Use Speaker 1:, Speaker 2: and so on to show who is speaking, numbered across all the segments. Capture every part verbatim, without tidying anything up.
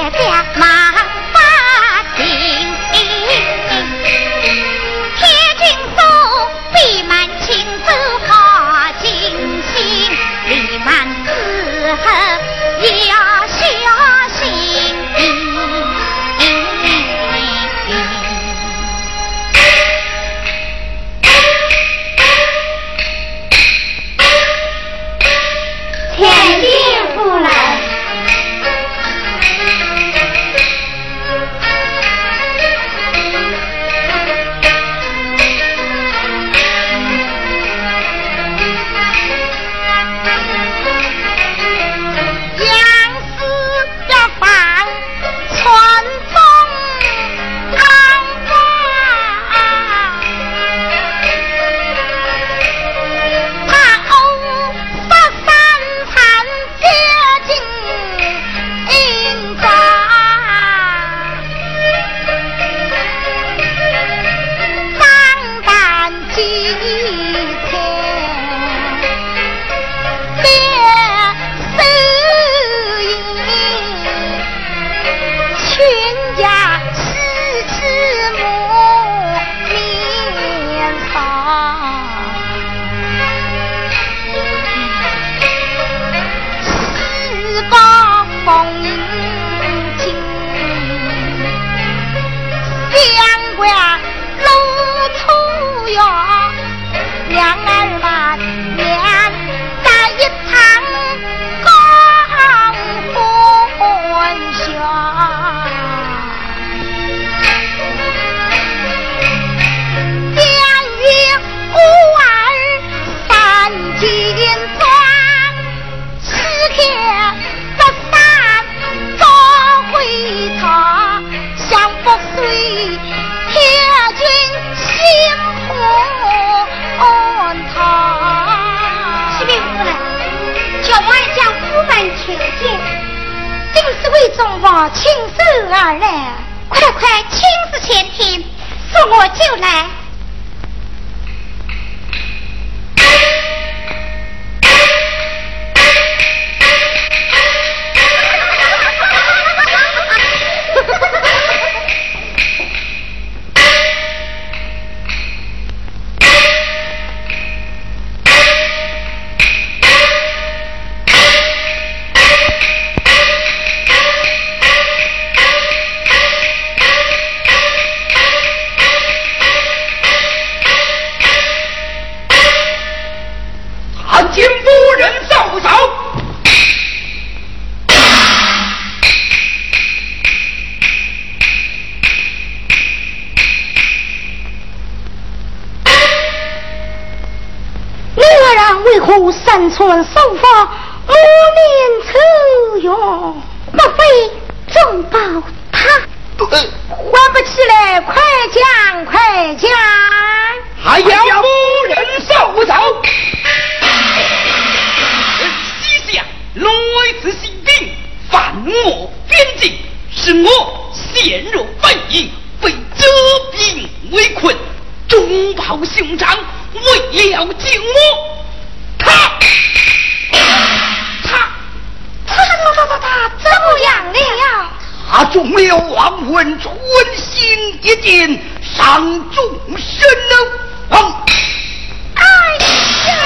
Speaker 1: 三寸守法，五年抽用，不非重报他。还不起来，快讲快讲！
Speaker 2: 还要夫人受走。西夏来自西兵，犯我边境，使我陷入非议，被折兵围困，中报兄长，为了救我。他他
Speaker 1: 他他他他他怎么样了？
Speaker 2: 他中了王文春心一箭，伤重身亡。
Speaker 1: 哎呀！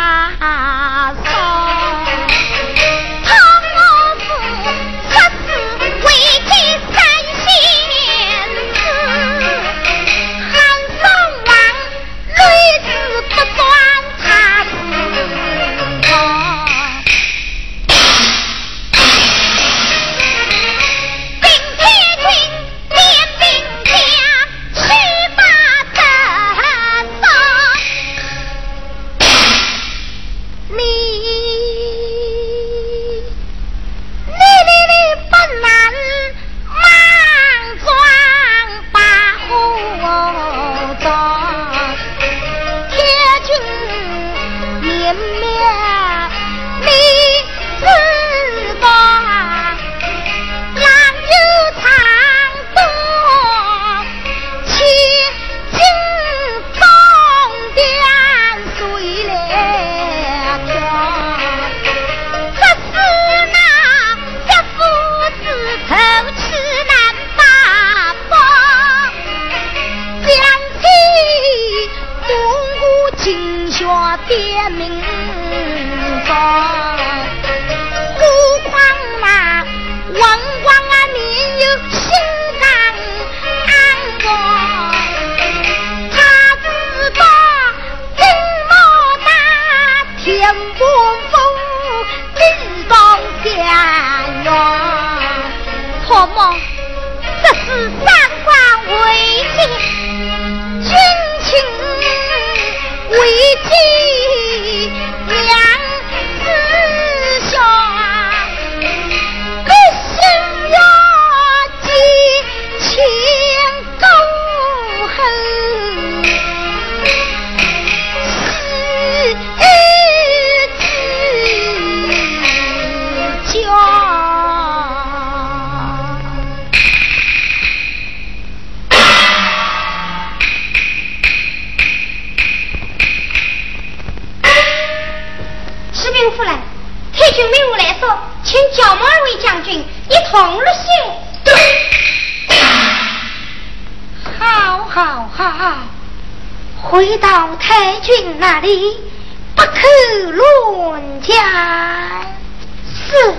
Speaker 1: 回到太君那里，不可乱讲。是。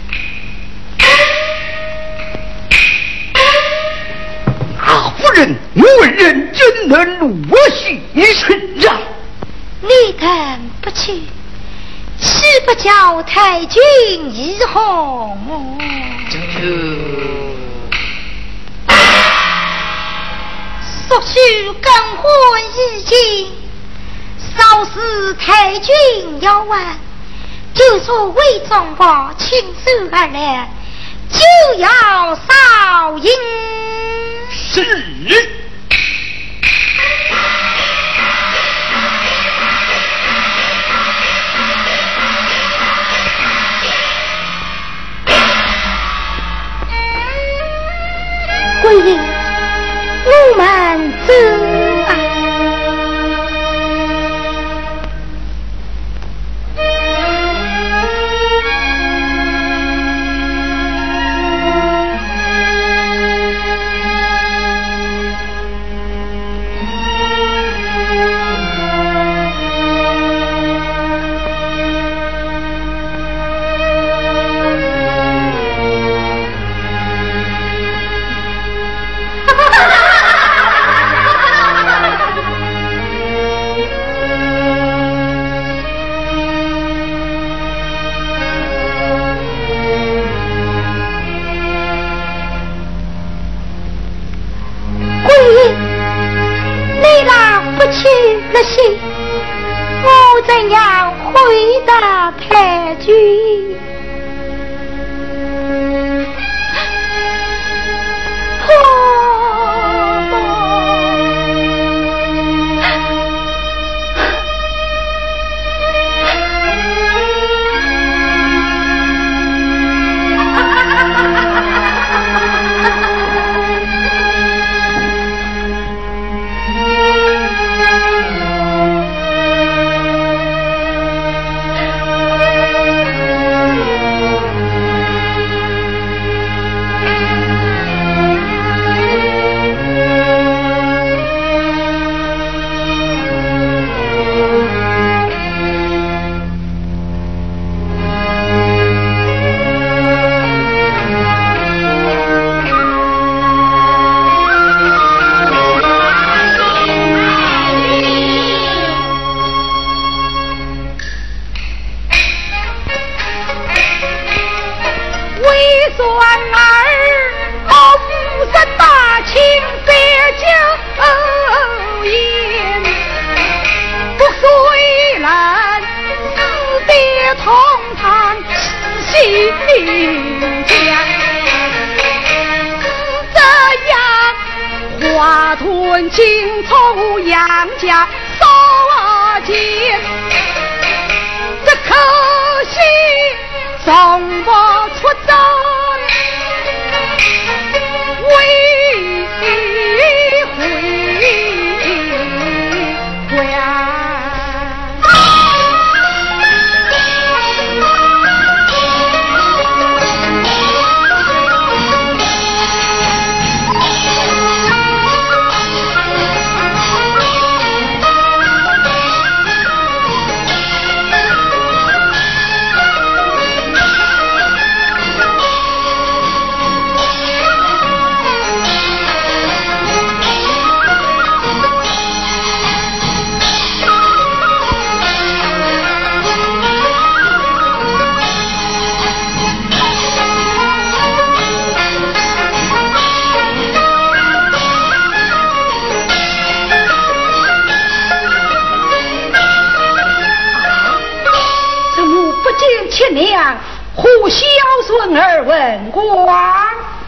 Speaker 2: 啊，夫人，我人怎能如许身啊？
Speaker 1: 你等不去，岂不叫太君一红？
Speaker 2: 这
Speaker 1: 所需更换已经，稍事太君要问，就说魏忠伯亲手而来，就要少饮。
Speaker 2: 是。
Speaker 1: 归隐，我们走啊！我怎样回答太君？
Speaker 3: 林家，这样华屯青从杨家扫尽，只可惜从不出征，为回还。亲娘呼孝顺儿问光，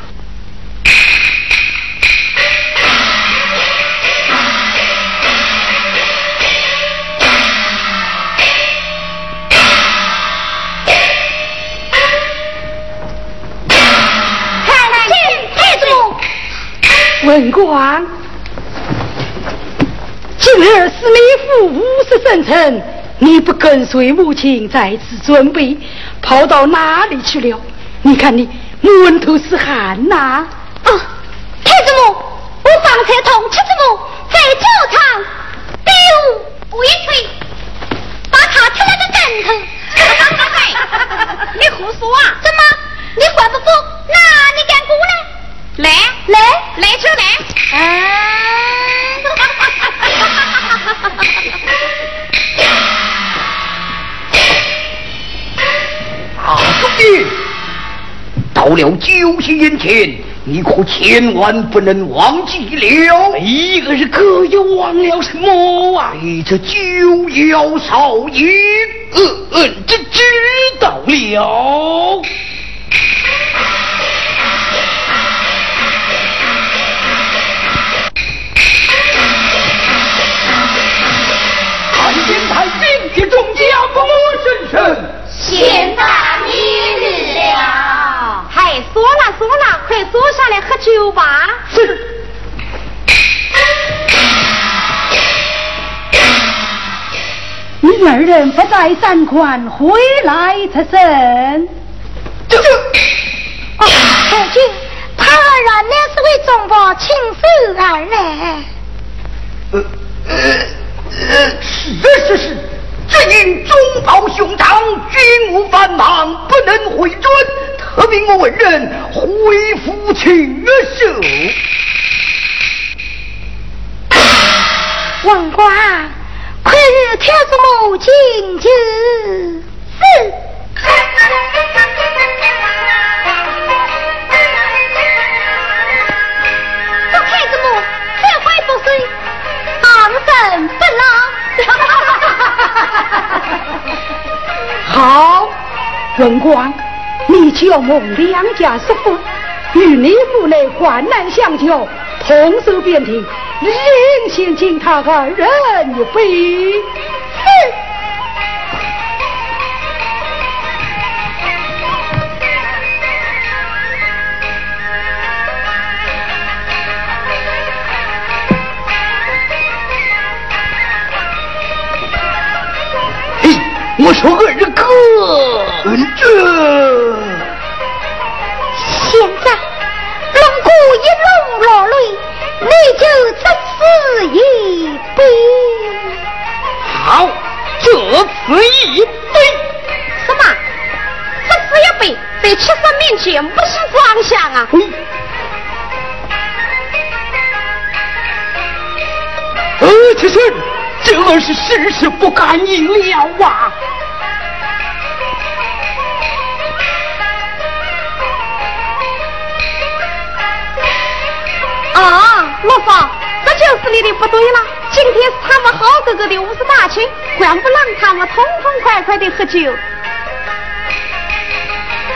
Speaker 1: 看见太祖
Speaker 3: 文光，今日是你父五十生辰，你不跟随母亲在此准备，跑到哪里去了？你看你满头是汗呐！
Speaker 1: 啊，太子母，我方才同七子母在教堂比武为锤，把他踢了个跟头。
Speaker 4: 你胡说啊！
Speaker 1: 怎么？你还不服？那你敢过来？
Speaker 4: 来
Speaker 1: 来
Speaker 4: 来就来！
Speaker 2: 啊，兄弟，到了酒席宴前，你可千万不能忘记了。
Speaker 3: 一个是可又忘了什么啊？
Speaker 2: 哎，这酒要少饮。
Speaker 3: 嗯嗯，这知道了。
Speaker 2: 看见太兵一众将国神神，
Speaker 1: 现在明日了。
Speaker 4: 还说了说了，快坐下来喝酒吧。
Speaker 2: 是。
Speaker 3: 你二人不在三关，回来才甚？
Speaker 2: 这这。
Speaker 1: 哦，太君，他二人乃是为中国亲手而来。
Speaker 2: 呃呃呃，是是是，只因中报兄长，军务繁忙，不能回转，特命我文人恢复禽兽。
Speaker 1: 王官，快日太子母进酒。是。这太子母这回不睡，昂身不老。
Speaker 3: 好，文光，你就蒙两家叔父，与你父内患难相救，同手便听，另先敬他二人一杯。
Speaker 1: 是。
Speaker 2: 我说二哥，这
Speaker 1: 现在龙姑一龙落泪，你就这此一杯。
Speaker 2: 好，这此一杯。
Speaker 4: 什么？这此一杯，在七神面前不是装相啊！
Speaker 2: 嗯呃，此事这是事事不敢饮了啊！
Speaker 4: 啊，罗嫂，这就是你的不对了。今天是他们好哥哥的五十大庆，管不让他们痛痛快快的喝酒。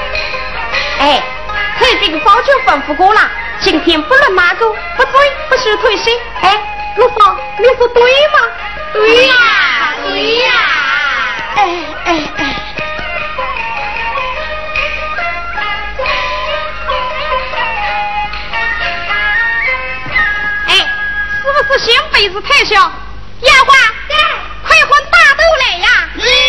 Speaker 4: 哎，太君早就吩咐过了，今天不论哪个不追不许退席。哎，陆嫂，你说对吗？
Speaker 1: 对呀、啊，对呀、啊。哎哎哎！
Speaker 4: 哎，是不是嫌杯子太小？丫鬟，快换大豆来呀！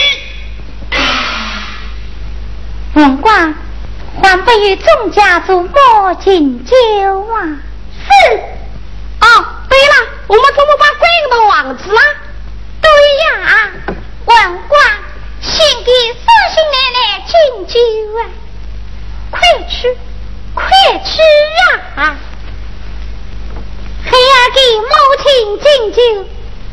Speaker 1: 文官，还不与众家族莫敬酒啊？
Speaker 4: 是。哦，对了，我们怎么把鬼都忘记了？
Speaker 1: 对呀，文官，先给四星奶奶敬酒啊！快去，快去啊！还要给母亲敬酒。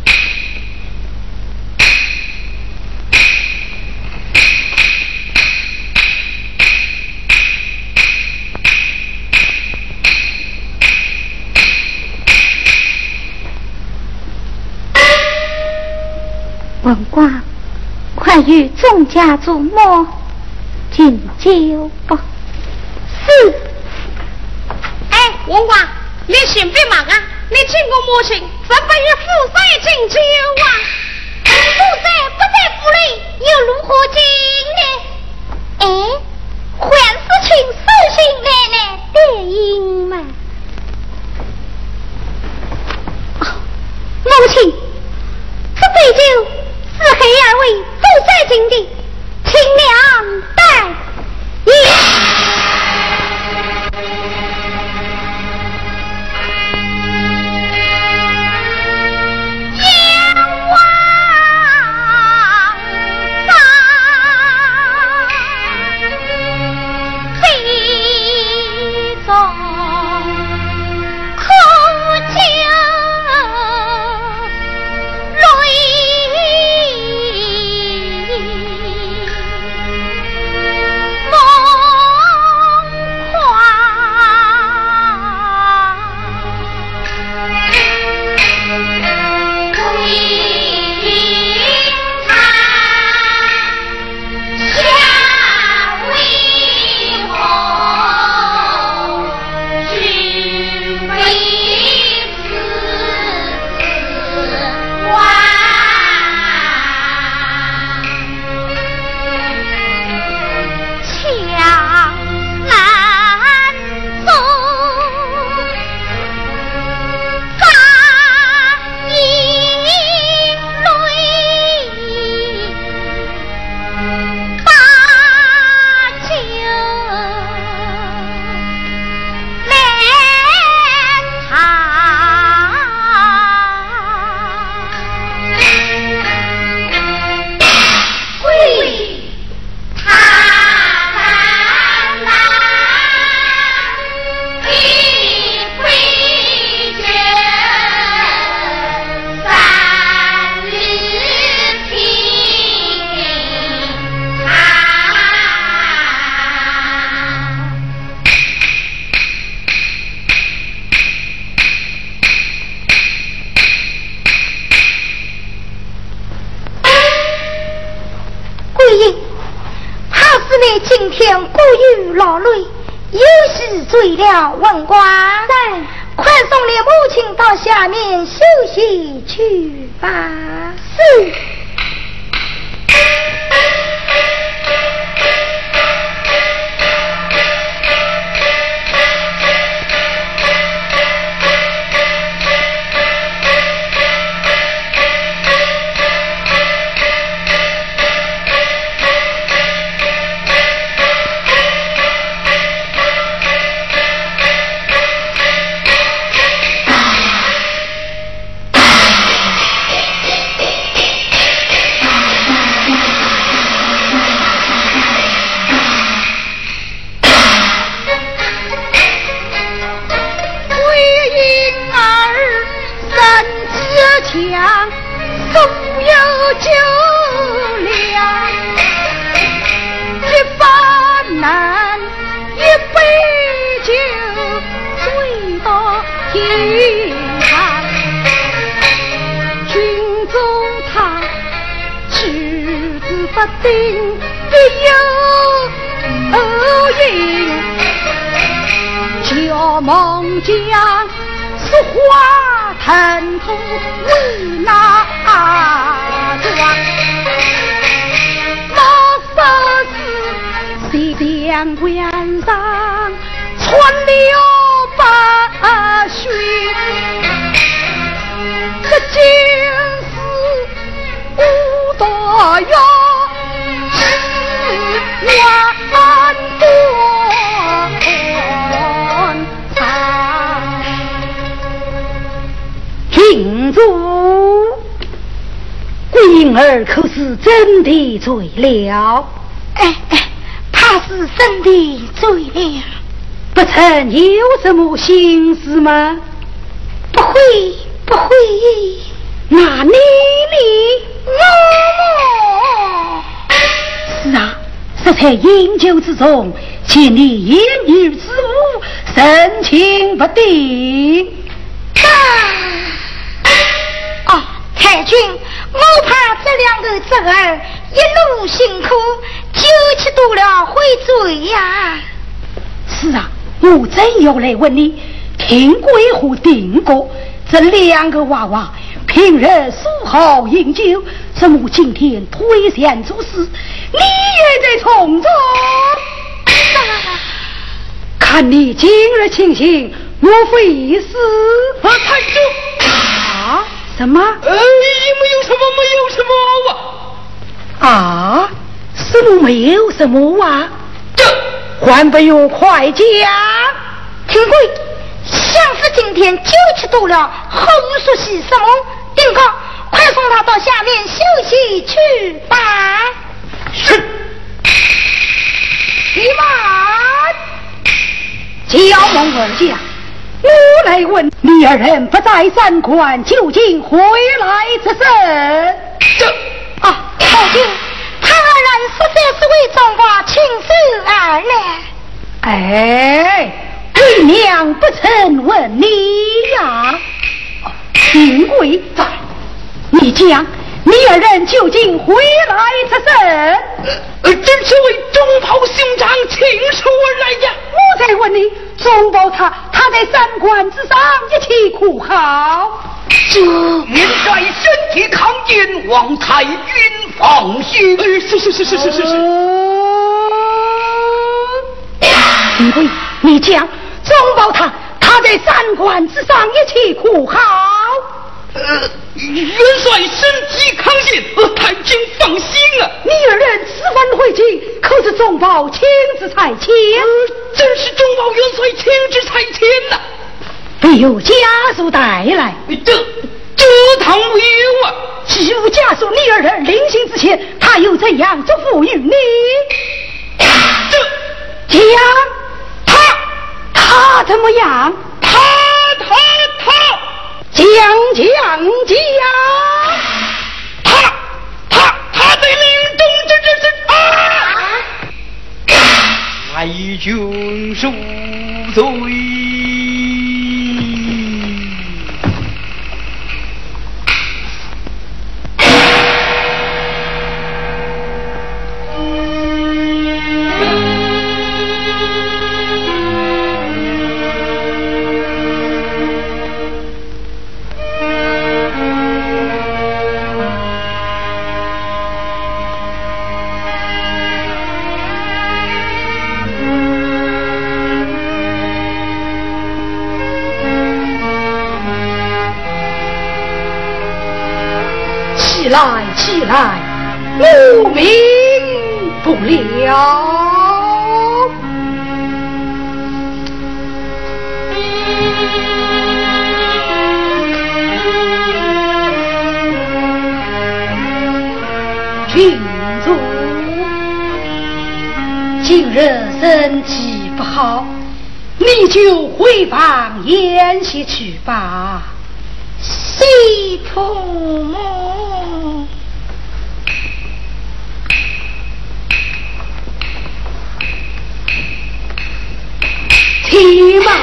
Speaker 1: 文官，快与众家族莫敬酒吧。
Speaker 4: 是。哎，文官，你先别忙啊，你敬过母亲，怎不与父帅敬酒啊？
Speaker 1: 父帅不在府里，又如何敬呢？哎，还是请四星奶奶答应嘛。哦，母亲，这杯酒是孩儿为父帅敬的，请娘代饮。今天过于劳累，有喜醉了。文官，在快送你母亲到下面休息去吧。是。不定必有厄运。
Speaker 3: 旧梦将俗话腾腾为哪桩？莫说是西江关上川流八旬，这竟是无多哟万多残。郡主，桂儿可是真的醉了？
Speaker 1: 哎哎，怕是真的醉了。
Speaker 3: 不曾有什么心事吗？
Speaker 1: 不会不会。
Speaker 3: 那你呢？
Speaker 1: 我
Speaker 3: 是啊，这才饮酒之中，见你言语之物，神情不定。
Speaker 1: 啊！哦，太君，我怕这两个侄儿一路辛苦，酒吃多了会醉呀。
Speaker 3: 是啊，我正要来问你，听过和定过这两个娃娃平日素好饮酒，怎么今天推荐做事，你也在从中？看你今日情形，莫非是
Speaker 2: 啊？太君
Speaker 3: 啊？什么？
Speaker 2: 呃，没有什么，没有什么
Speaker 3: 啊！啊？什么没有什么啊？
Speaker 2: 这
Speaker 3: 还不用快讲！
Speaker 1: 听贵，相是今天酒吃多了，红熟悉什么？丁哥，快送他到下面休息去吧。
Speaker 2: 是。
Speaker 3: 你慢！焦梦儿家，我来问你二人不在三关，究竟回来此甚？
Speaker 2: 这
Speaker 1: 啊，太君，他二人实在是为中国亲自而来。
Speaker 3: 哎，为娘不曾问你呀。丁贵在，你讲你二人究竟回来此甚？
Speaker 2: 呃，真是为中袍兄长亲手而来呀！
Speaker 3: 我再问你，中袍他他在三关之上一起哭嚎。
Speaker 2: 这元帅身体康健，望太君放心。哎，是是是是是是是。
Speaker 3: 丁贵，你讲中袍他他在三关之上一起哭嚎。
Speaker 2: 呃，元帅身体康健，呃，太君放心啊！
Speaker 3: 你二人此番回京，可是中袍亲自差遣？
Speaker 2: 呃，真是中袍元帅亲自差遣呐、啊！
Speaker 3: 没有家属带来？
Speaker 2: 这这趟没有啊！
Speaker 3: 既无家属，你二人临行之前，他又怎样嘱咐于你？
Speaker 2: 这
Speaker 3: 讲他他怎么样？
Speaker 2: 他他他。
Speaker 3: 讲讲讲，
Speaker 2: 他他他在领中，这这是啊！太君恕罪。
Speaker 3: 起来，起来，无名不了。郡主，今日身体不好，你就回房宴席去吧。
Speaker 1: 西土母，
Speaker 3: 提嘛，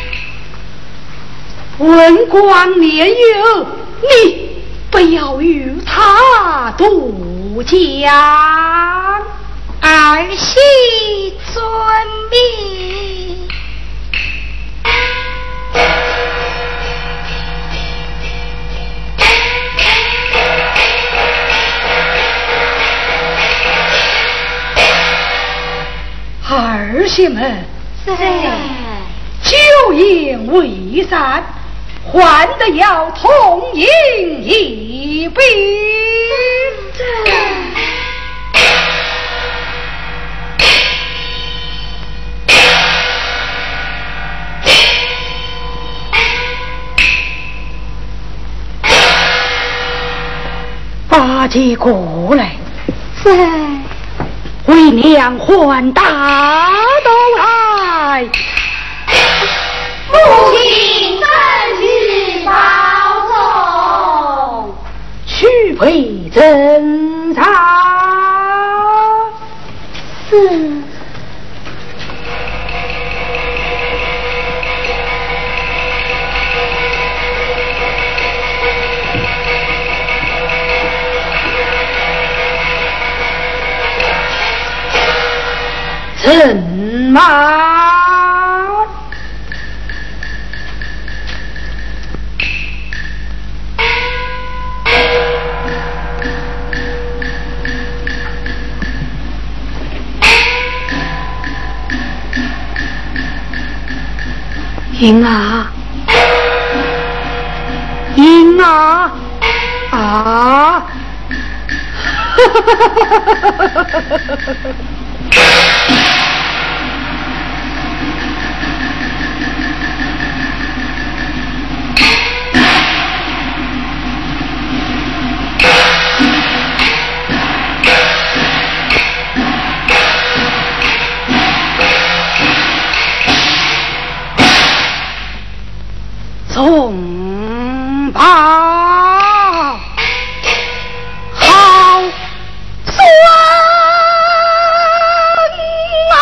Speaker 3: 文官年幼，你不要与他渡江。
Speaker 1: 儿媳遵命。
Speaker 3: 媳们，
Speaker 1: 是
Speaker 3: 酒饮未散，换得要同饮一杯。八戒过来，
Speaker 1: 是
Speaker 3: 为娘还大刀来。
Speaker 1: 母亲身体保重，
Speaker 3: 去陪侦查。
Speaker 1: 是。
Speaker 3: 怎么？英啊，英啊，啊！哈哈哈哈哈哈！重宝好孙儿，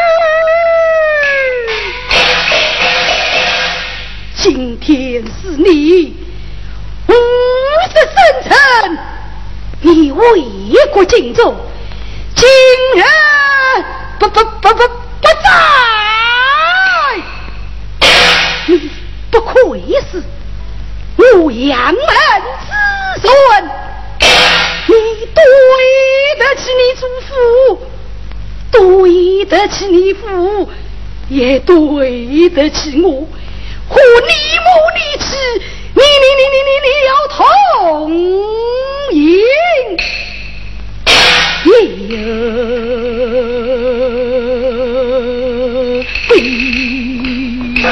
Speaker 3: 今天是你五十生辰，你为国尽忠，今日不不不不不在，你不愧是我杨门子孙，你对得起你祖父，对得起你父，也对得起我，和你母你妻，你你你你你你要同饮一杯。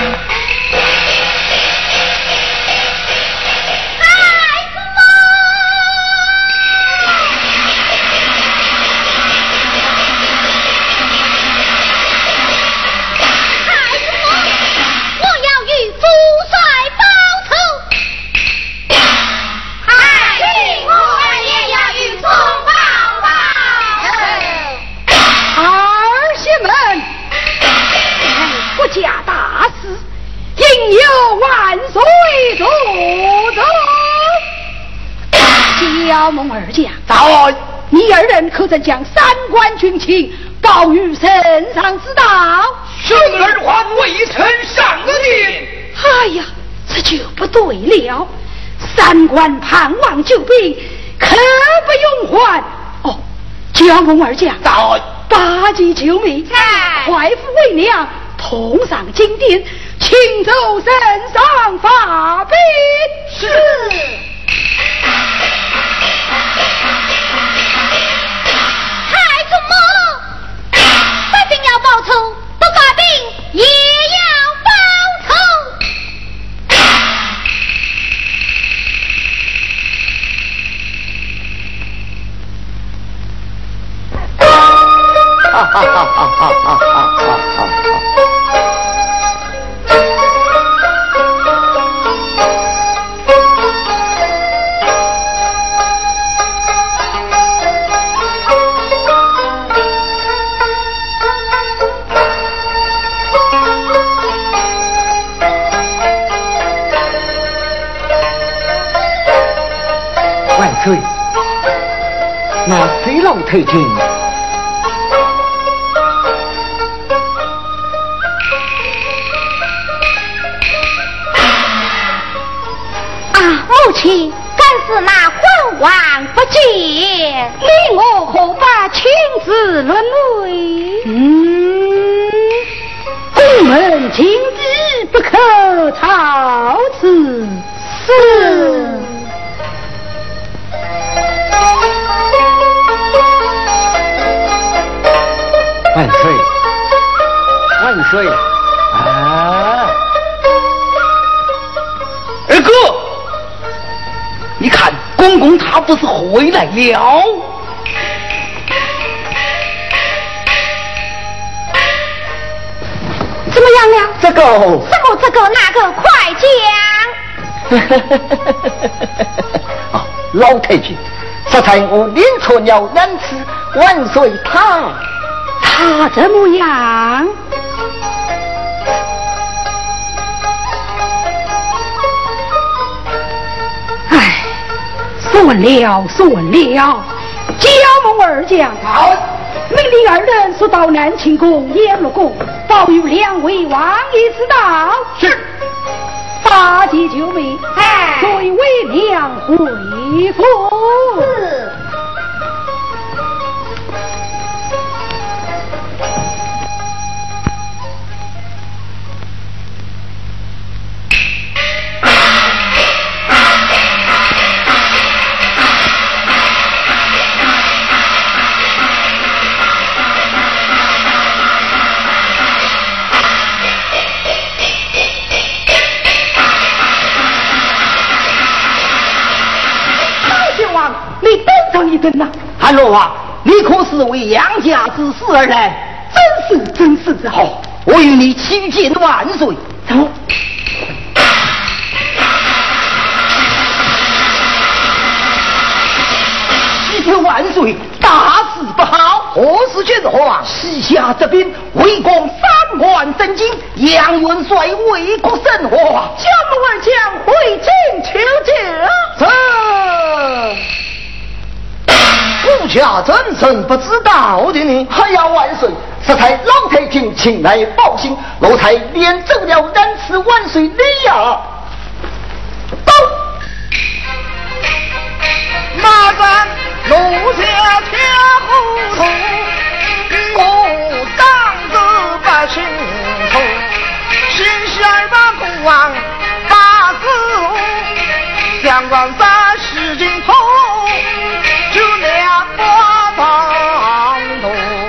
Speaker 3: 家大事，应有万岁主宗。小孟二将，
Speaker 2: 早，
Speaker 3: 你二人可曾将三关军情报于圣上知道？
Speaker 2: 孙儿还未曾上殿。
Speaker 3: 哎呀，这就不对了。三关盼望救兵，可不用还。哦，小孟二将，
Speaker 2: 早，
Speaker 3: 八戒救命，快扶为娘。同上金殿，请奏圣上发兵。
Speaker 2: 是。
Speaker 1: 太祖母，不仅要报仇，不发兵也要报仇。
Speaker 2: 哈哈哈哈哈哈哈哈！万岁！那飞老太君。
Speaker 1: 母亲，敢是那昏王不见，你我何不亲自论论？
Speaker 3: 嗯。 今日不可操此事。
Speaker 5: 万岁！万岁！啊！
Speaker 2: 二哥，你看公公他不是回来了？
Speaker 1: 怎么样了？
Speaker 5: 这个
Speaker 1: 什么这个那个，快讲！
Speaker 5: 啊，老太君，这才我连错了两次，万岁他
Speaker 3: 他怎么样？哎，算了算了，焦孟二将好，命令二人速到南清宫阎罗宫，报与两位王爷知道。
Speaker 2: 是。
Speaker 3: 八戒救命，
Speaker 1: 哎，
Speaker 3: 随为娘回府。
Speaker 1: 是。
Speaker 3: 一等呐，
Speaker 5: 韩罗啊，你可是为杨家之死而来？
Speaker 3: 真是真是之好，
Speaker 5: 我与你齐见万岁。
Speaker 3: 走。
Speaker 5: 齐见万岁，大事不好！何事君何？西夏这边围攻三关真经，杨元帅为国生活。
Speaker 3: 将我二将回京求救。
Speaker 5: 这。顾家真神不知道的呢，还要万岁！这才老太君请来报信，老太连奏了两次万岁礼呀！到，
Speaker 2: 马咱路下铁胡同，我当着把清楚，新鲜把公王八字红，相关三十斤头。就两把当头，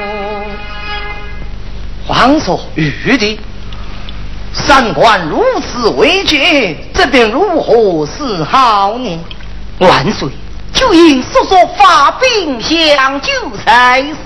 Speaker 5: 皇所御的三关如此危急，这边如何是好呢？万岁，就应速速发兵相救才是。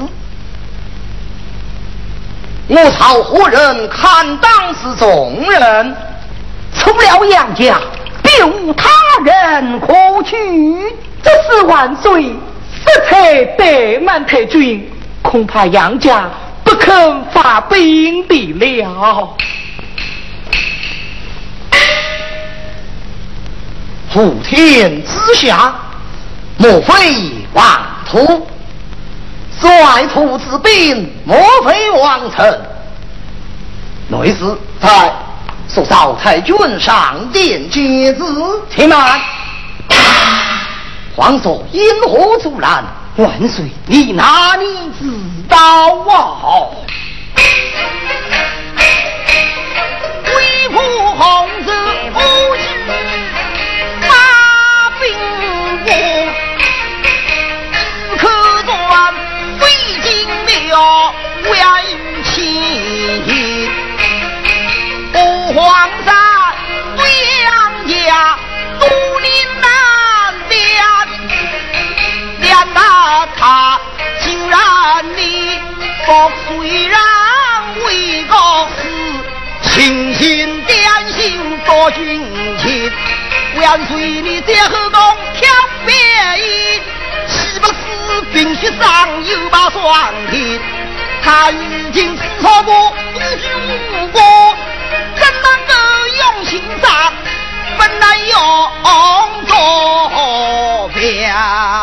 Speaker 5: 我朝何人看当是众人，除了杨家，别无他人可取。
Speaker 3: 这是万岁色彩怠慢太君，恐怕杨家不肯发兵的了。
Speaker 5: 普天之下，莫非王土？率土之兵，莫非王臣？内侍在速召太君上殿接旨。且慢。皇所因何阻拦？万岁，你哪里知道啊？
Speaker 2: 威武红子无惧发兵国，只可转费尽了冤情。我皇上对杨家独立难辨，连那他竟然你不虽然为个事，清心点心做军情，万岁你这何公挑别意，岂不是冰雪上有把双天？他已经刺错过无惧无过，怎能够用心上本来用作变？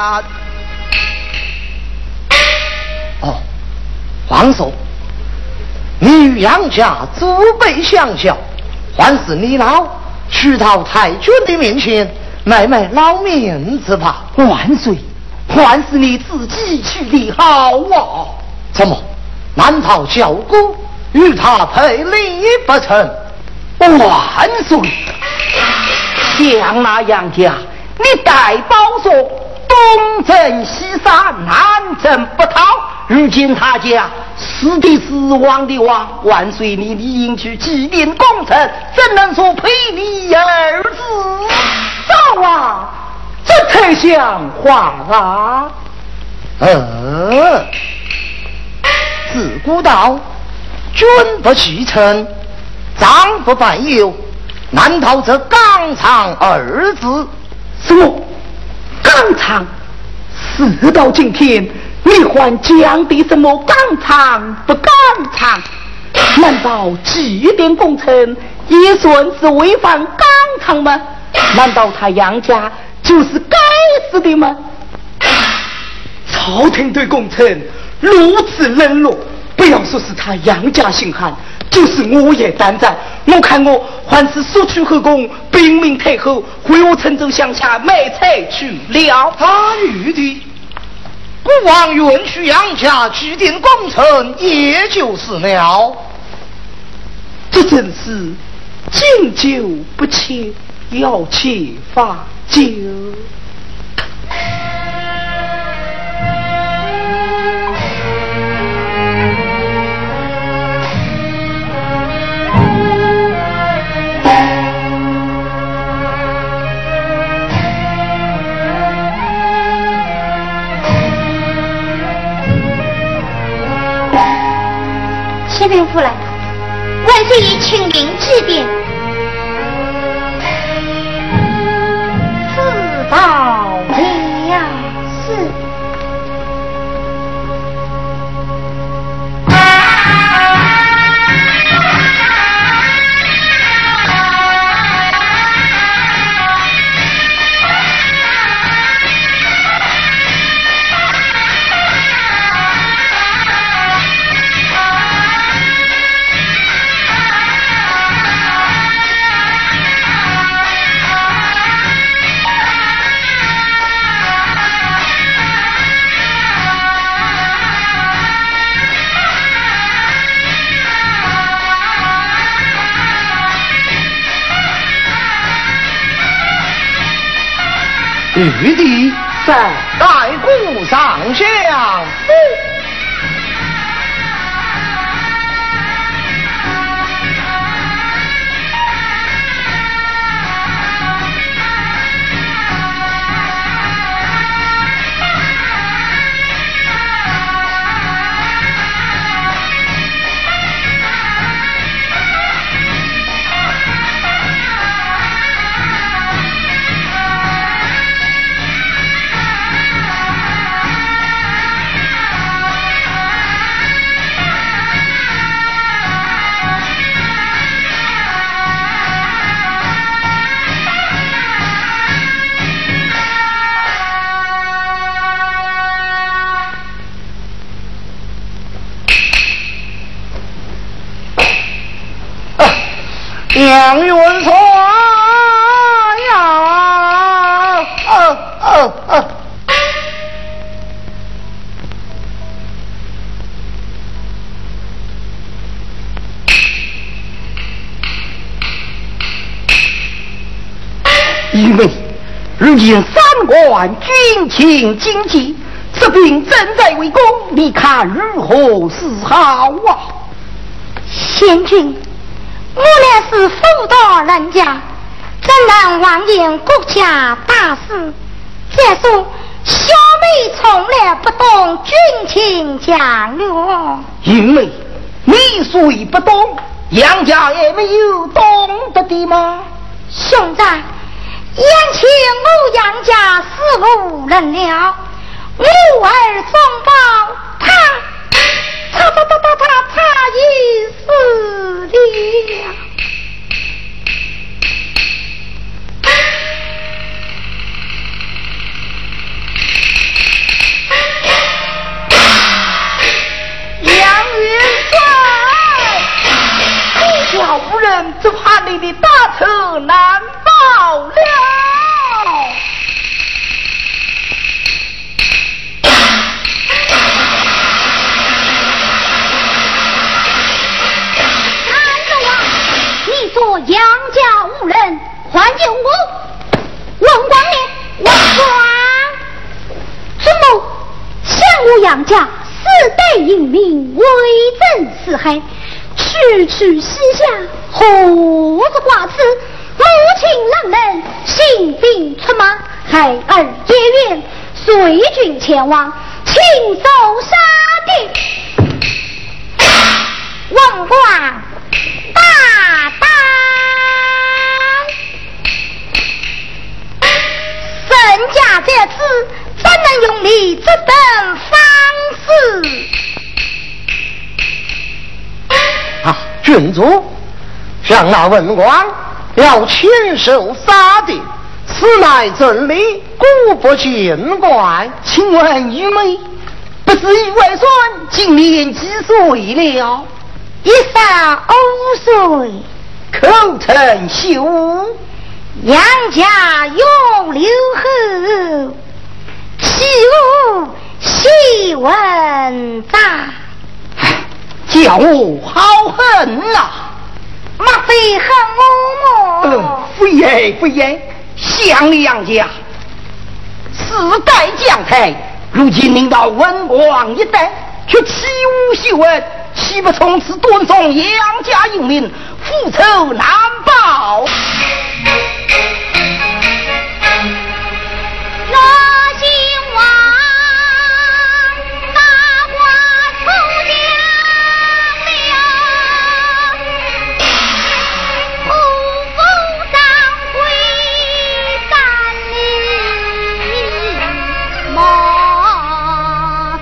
Speaker 5: 哦，皇叔，你与杨家祖辈相交，还是你老去到太君的面前卖卖老面子吧。
Speaker 3: 万岁，还是你自己去的好啊！
Speaker 5: 怎么？难道小姑与他赔礼不成？
Speaker 3: 万岁！像那杨家，你代包说东征西杀，南征北讨，如今他家死的死，亡的亡，万岁你理应去祭奠功臣，怎能说赔礼二字？早啊，这太像话啊！
Speaker 5: 呃，自古道，君不惧臣，长不败友，难道这纲常二字？
Speaker 3: 什么纲常？事到今天，你还讲的什么纲常不纲常？难道祭奠功臣也算是违反纲常吗？难道他杨家就是该死的吗？朝廷对功臣如此冷落，不要说是他杨家心寒，就是我也担在。我看我还是速去后宫禀明太后，回我陈州乡下买菜去了。
Speaker 5: 他玉帝，孤王允许杨家祭奠功臣，也就是了。
Speaker 3: 这真是敬酒不切，要切罚酒。
Speaker 1: 启禀夫人，万岁已亲临祭奠。知道了，是。
Speaker 5: 玉帝
Speaker 3: 在
Speaker 5: 代顾上相。杨元帅呀，呃呃呃，
Speaker 3: 因为如今三关军情紧急，此兵正在围攻，你看如何是好啊？
Speaker 1: 贤君，我乃是妇道人家，怎能妄言国家大事？再说小妹从来不懂军情讲略。
Speaker 3: 因为你虽不懂，杨家也没有懂得的吗？
Speaker 1: 兄长，眼前我杨家死无人了，我儿中报他，他他他他他他已死了。
Speaker 3: 杨元帅，小夫人只怕你的大仇难报了。
Speaker 1: 杨家四代英名，为dân四海，区区西夏，何子寡子，母亲郎人，行兵出马，孩儿结缘，随军前往，亲手杀敌。王冠大胆，沈家这次怎能用你这等方式？
Speaker 5: 啊，郡主，向那文王要亲手杀敌，此乃真理，故不见怪。
Speaker 3: 请问愚昧，不是与外孙今年几岁了？
Speaker 1: 一十五岁，
Speaker 3: 口称秀，
Speaker 1: 杨家永留后，岂无细闻哉？
Speaker 3: 叫我好恨呐！
Speaker 1: 莫非恨我么？
Speaker 3: 嗯，非也非也，想你杨家四代将才，如今领到文王一代，却岂无秀闻？岂不从此断送杨家英名，复仇难报？
Speaker 1: 若兴王大话出将了，不负上归三里梦。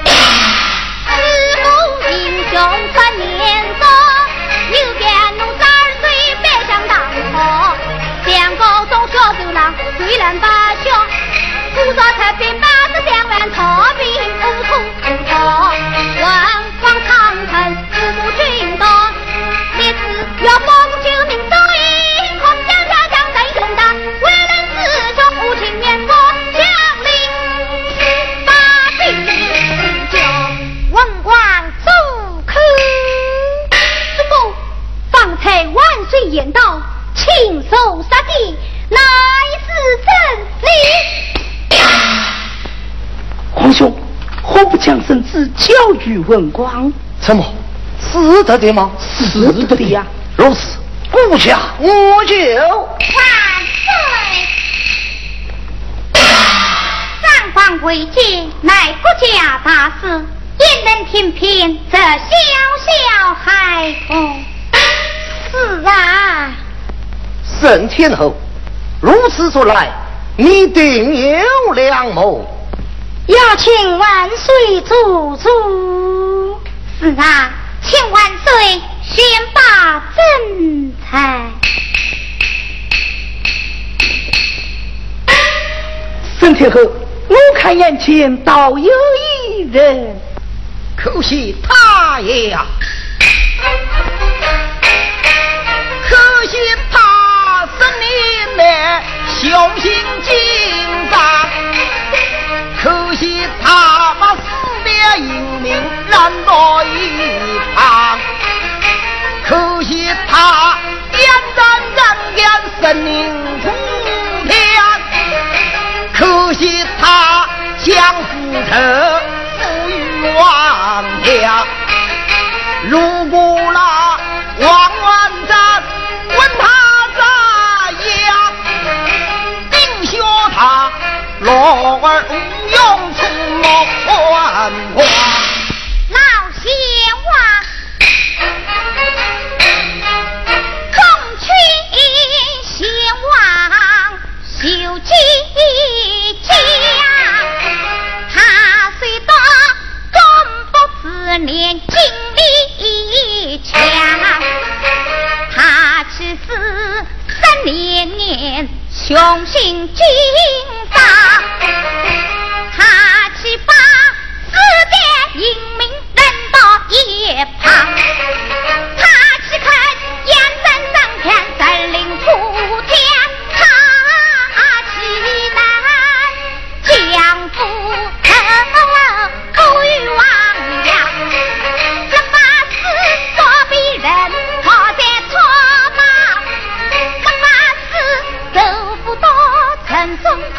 Speaker 1: 自古英雄三年多，有边路十二岁别想当头，两高中学走廊虽然不学，故作太平八十两万逃兵无土不脱，文王长城父母军多，烈士要报救命周英，孔将家将在勇大，为人自救无情面佛降临八兵救文王奏科。主公，方才万岁言道，亲手杀敌，乃是真理。
Speaker 3: 皇兄，何不将圣旨交与文广？
Speaker 5: 什么？是的的吗？
Speaker 3: 是的的呀。
Speaker 5: 如此，顾下我就。
Speaker 1: 万岁！上皇贵境乃国家大事，焉能听凭这小小孩童？是啊，
Speaker 5: 沈天后，如此说来，你定有良谋。
Speaker 1: 要请万岁做主。是啊，请万岁宣罢征才。
Speaker 3: 沈天后，我看眼前倒有一人，
Speaker 5: 可惜他呀，可惜他是你的雄心紧张，可惜他把四代英名拦到一旁，可惜他点燃人间生命冲天，可惜他将复仇赋予王家。如果那王万战问他怎样，定修他落儿无用出莫幻化。
Speaker 1: 老先王空取先王修己家，他虽多终不自年精力强，他其实三年年雄心紧张，他岂把四代英名扔到一旁，他岂看燕山上天神灵普天，他岂难将父口与王呀，这把事做别人我在错嘛，这把事走不到城中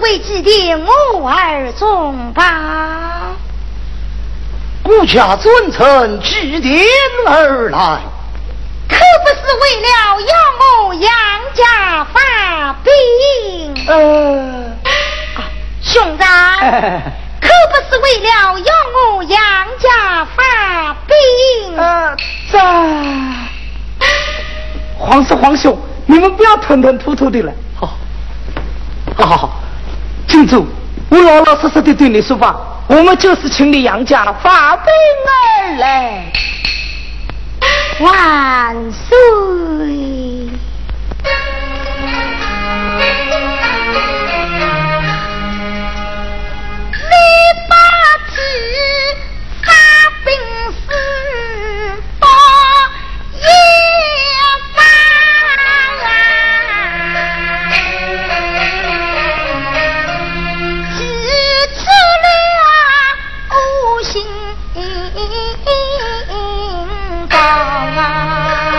Speaker 1: 为祭奠我儿中吧。
Speaker 5: 顾家尊臣致电而来，
Speaker 1: 可不是为了要我杨家发兵。
Speaker 3: 呃，
Speaker 1: 兄长，
Speaker 3: 哎
Speaker 1: 可不是为了要我杨家发兵。
Speaker 3: 呃，在皇叔皇兄，你们不要吞吞吐吐的了。好，好好好，郡主，我老老实实的对你说吧，我们就是请你杨家发兵而来。
Speaker 1: 万岁！你把子发兵是多也发，只吃了无心高啊。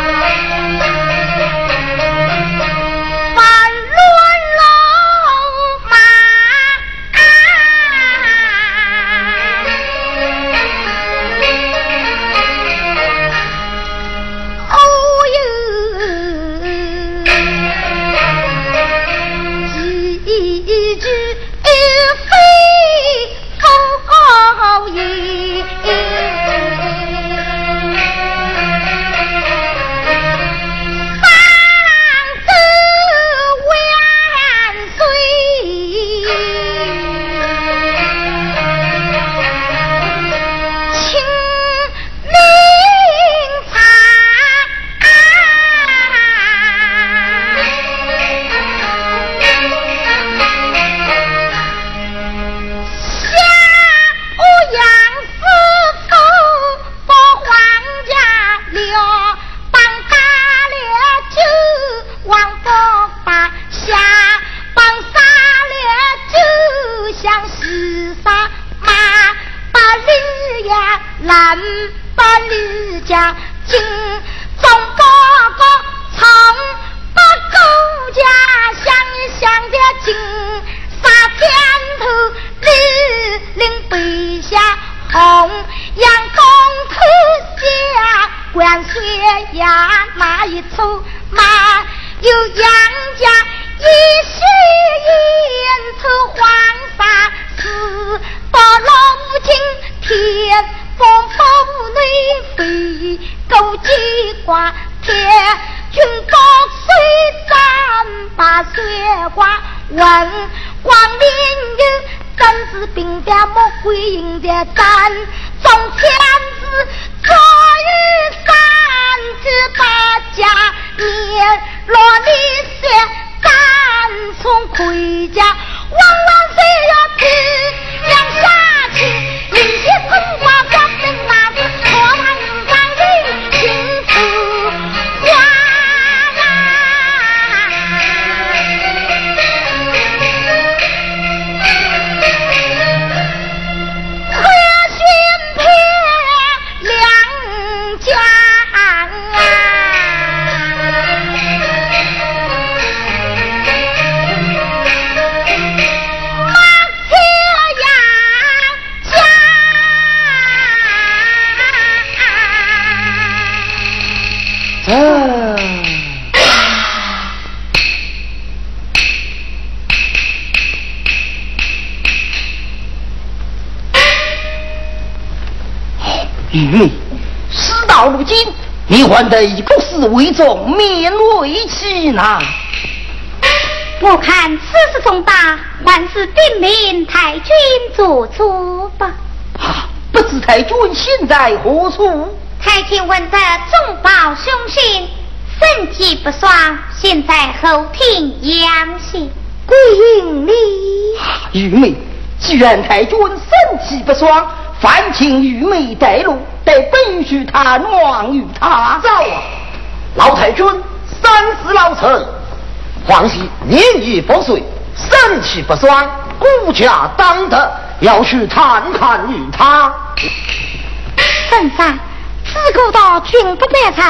Speaker 5: 愚昧！事到如今，你还得不是为重，勉为其难。
Speaker 1: 我看此事重大，还是禀明太君做主吧。
Speaker 5: 啊，不知太君现在何处？
Speaker 1: 太君闻得众报凶信，身体不爽，现在后庭养息。归营里。
Speaker 5: 啊，愚昧！既然太君身体不爽，烦请愚昧带路，待本须探望于他。
Speaker 2: 走啊！
Speaker 5: 老太君，三思老臣。皇喜年已不遂，身体不爽，顾家当得，要去探看于他。
Speaker 1: 圣上，自古道君不百产，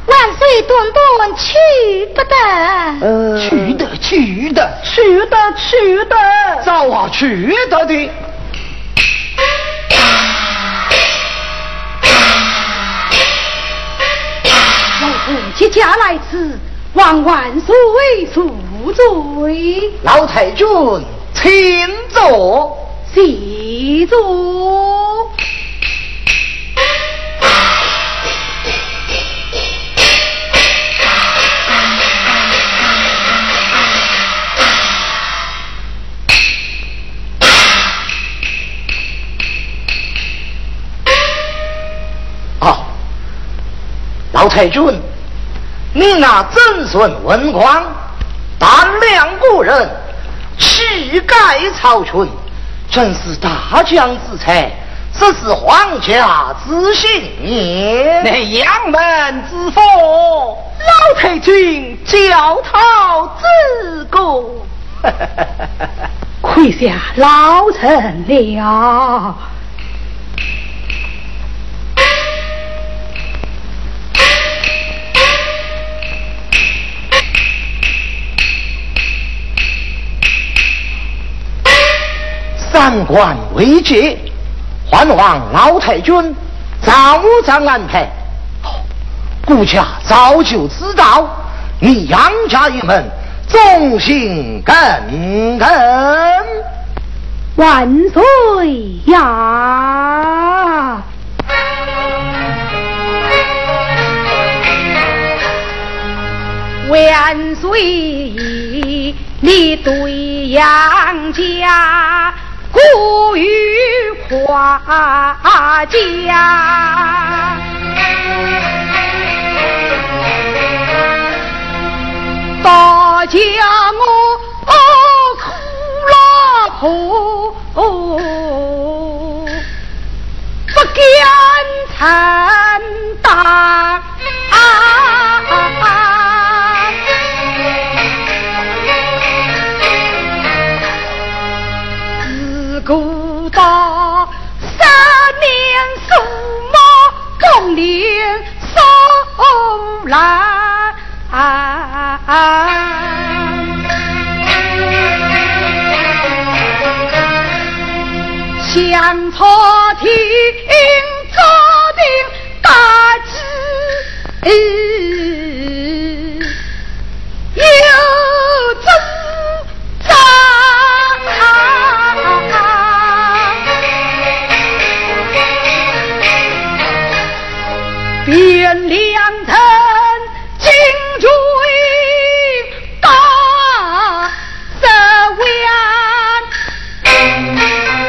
Speaker 1: 万岁顿顿去不得。
Speaker 5: 呃，去的去的
Speaker 3: 去的去的，
Speaker 5: 早啊去的的。
Speaker 3: 老臣接驾来此，望万岁恕罪。
Speaker 5: 老太君，请坐。
Speaker 3: 谢坐。
Speaker 5: 啊，老太君，你那曾孙文光，胆量过人，气概超群，真是大将之才，这是皇家之幸也。
Speaker 2: 那杨门之福，老太君教讨自贡，
Speaker 3: 愧下老臣了。
Speaker 5: 三关未捷，还望老太君早早安排。顾家早就知道你杨家一门忠心耿耿。
Speaker 3: 万岁呀！万岁！你对杨家过于夸奖，大家我苦了苦，不敢承担。古道三年数毛，公年收来。想朝廷朝廷大计，有主张。汴梁城进军大十万，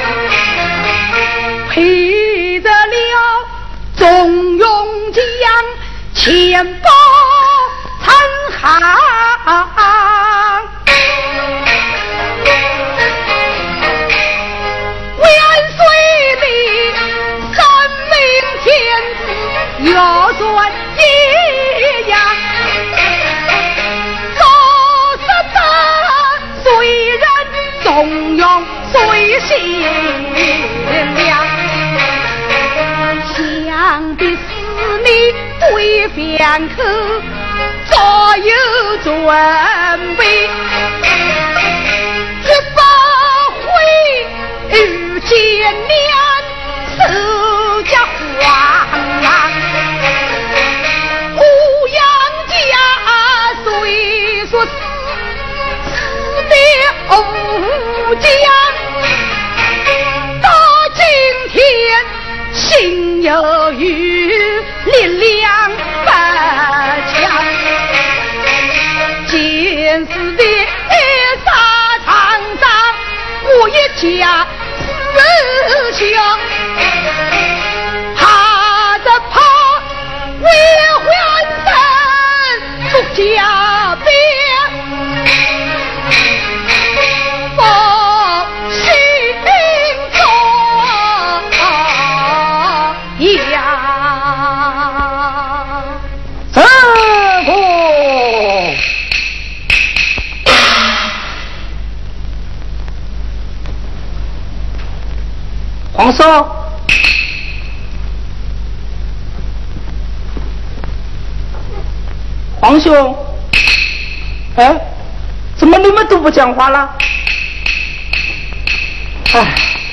Speaker 3: 配得了中庸将千宝残行。万岁里三名天子要算一样，做实的虽然中庸虽贤良，想必是你对反客早有准备，绝不会遇见面手家慌乱。胡杨家虽说死死的无疆，到今天心有余，力量不强，见死的沙场上，我一家思想，怕着怕为还生出家别，放心中呀。
Speaker 5: 这个皇上，
Speaker 6: 皇兄，哎，怎么你们都不讲话了？哎，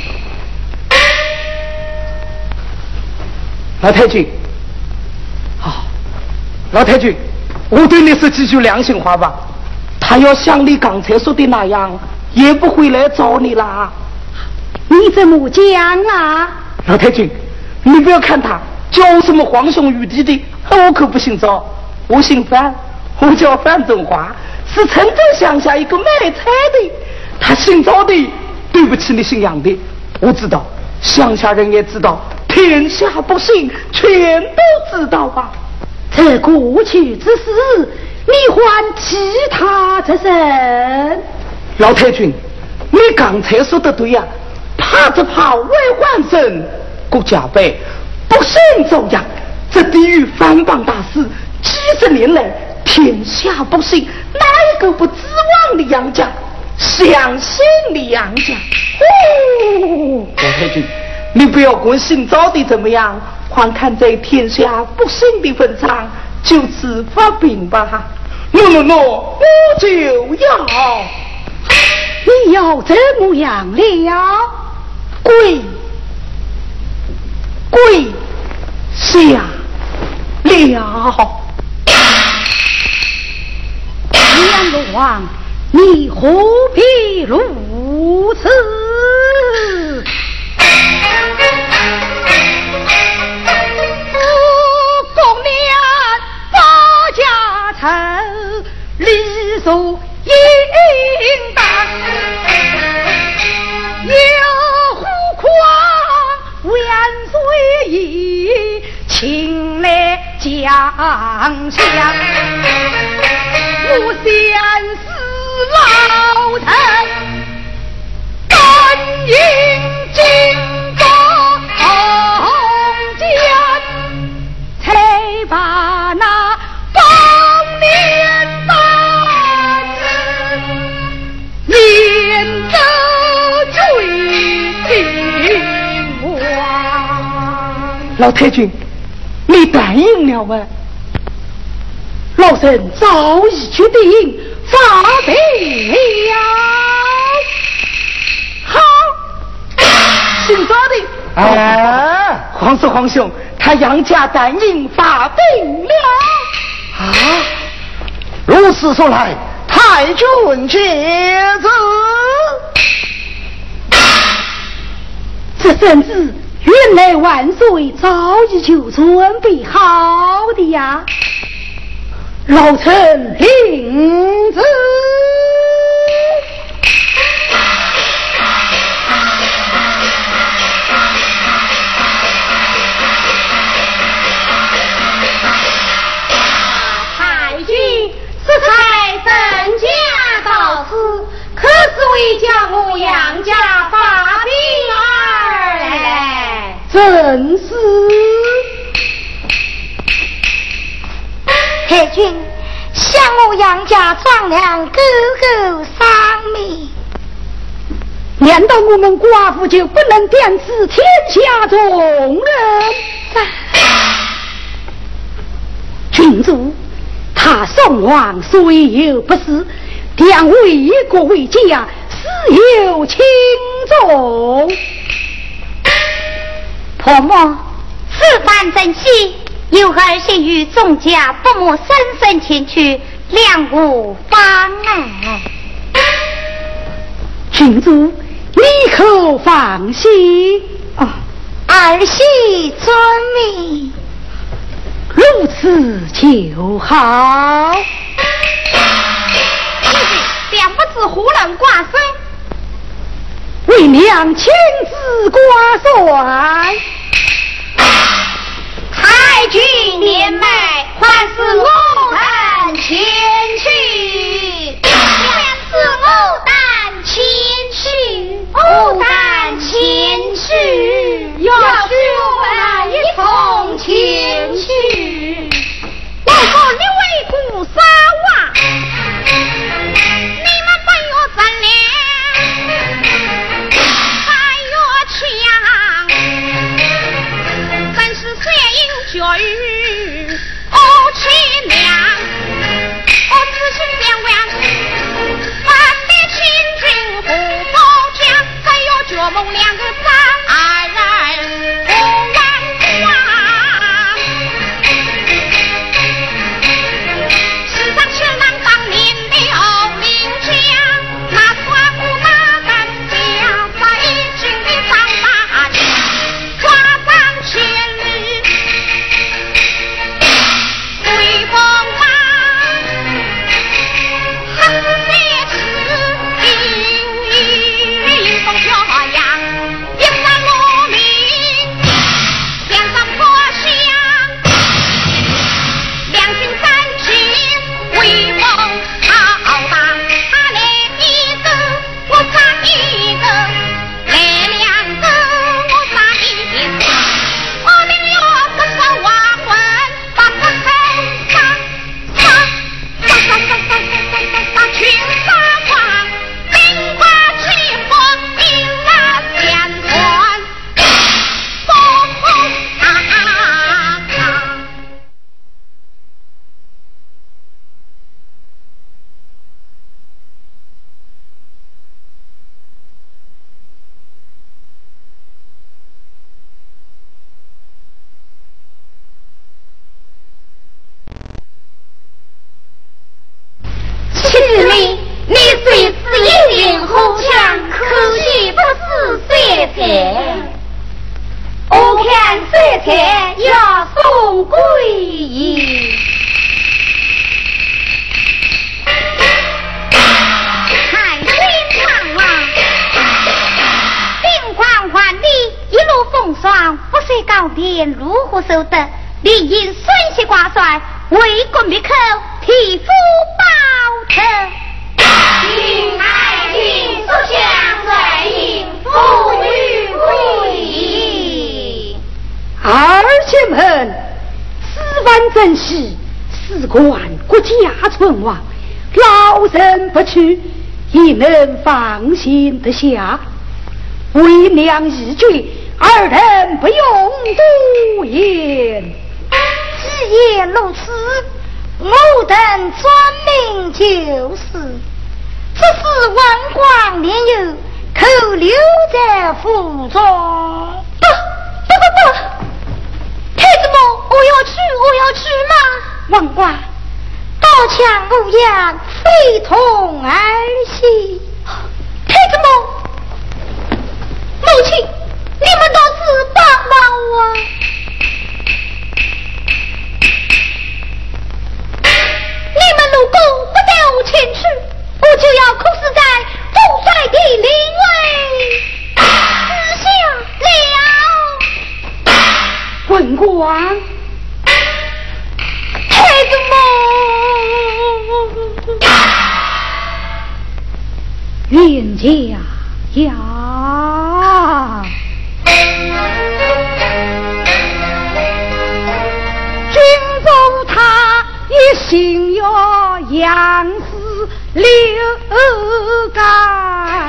Speaker 6: 老太君，好，老太君，我对你是几句良心话吧。他要像你刚才说的那样，也不会来找你啦。
Speaker 3: 你怎么讲啊？
Speaker 6: 老太君，你不要看他叫什么皇兄玉弟弟，我可不姓赵，我姓范，我叫范中华，是城镇乡下一个卖菜的。他姓赵的，对不起你姓杨的。我知道，乡下人也知道，天下百姓全都知道吧。
Speaker 3: 这过去之事，你还其他之身。
Speaker 6: 老太君，你刚才说的对呀、啊，怕只怕外患生，国家败，不幸遭殃。这地狱翻榜大事，几十年来，天下百姓哪一个不指望你杨家，相信你杨家？哦，老太君，你不要管姓赵的怎么样，还看在天下百姓的份上，就此发兵吧。喏喏喏，我就要。
Speaker 3: 你要怎么样了？
Speaker 6: 跪跪下了。
Speaker 3: 阎罗王，你何必如此？
Speaker 1: 公年报家仇，理所应当。有虎狂万岁意，请来将相。我先是老臣，甘应经过间，才把那丰年大事免得罪平王。
Speaker 6: 老太君，你答应了吗？老臣早已决定发兵了。好，姓赵的，啊，皇叔皇兄，他杨家答应发兵了。
Speaker 5: 啊，如此说来，太君且走。
Speaker 3: 这圣旨原来万岁早已就准备好的呀。
Speaker 6: 老臣领旨。
Speaker 1: 太君，此才增加到此，可是为叫我杨家发兵而来。
Speaker 6: 正是。
Speaker 1: 太君，想我杨家壮良哥哥丧命，
Speaker 3: 难道我们寡妇就不能点指天下众人？郡主，他宋王虽有不是，两为国为家，事有轻重。
Speaker 1: 婆母，此番珍惜，有儿先与众家伯母深深前去，两无妨碍。
Speaker 3: 郡主，你可放心啊！
Speaker 1: 儿媳遵命。
Speaker 3: 如此就好。
Speaker 1: 两不知胡人挂身，
Speaker 3: 为娘亲自挂帅。
Speaker 1: 太君年迈，还是我等前去。还是我等前去，我等前去，要许我们一同前去。我说你为姑杀娃，你们不要争脸，还要抢。真是三英绝育，我亲娘。 老爹如何受得？理应孙媳挂帅，为国灭寇，替父报仇。
Speaker 4: 请爱卿速向随应，父女归矣。
Speaker 3: 儿媳们，此番真是事关国家存亡，老人不去，也能放心得下。为娘已决，二人不用多言。
Speaker 1: 既言如此，我等专命就是。这是万光年幼，可留在府中。不不不不，太子母，我要去，我要去嘛！王官，刀枪无恙，非同儿戏。太子母，母亲，你们倒是帮帮我。你们如果不带我前去，我就要哭死在父帅的灵位之下了。
Speaker 3: 文官，
Speaker 1: 太子母，
Speaker 3: 冤家呀！君主他一心要养死刘干，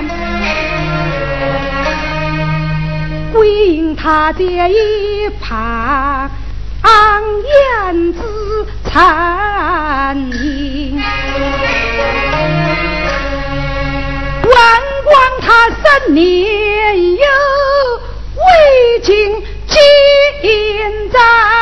Speaker 3: 归因他在一旁言之残忍。万光他三年有未经进战，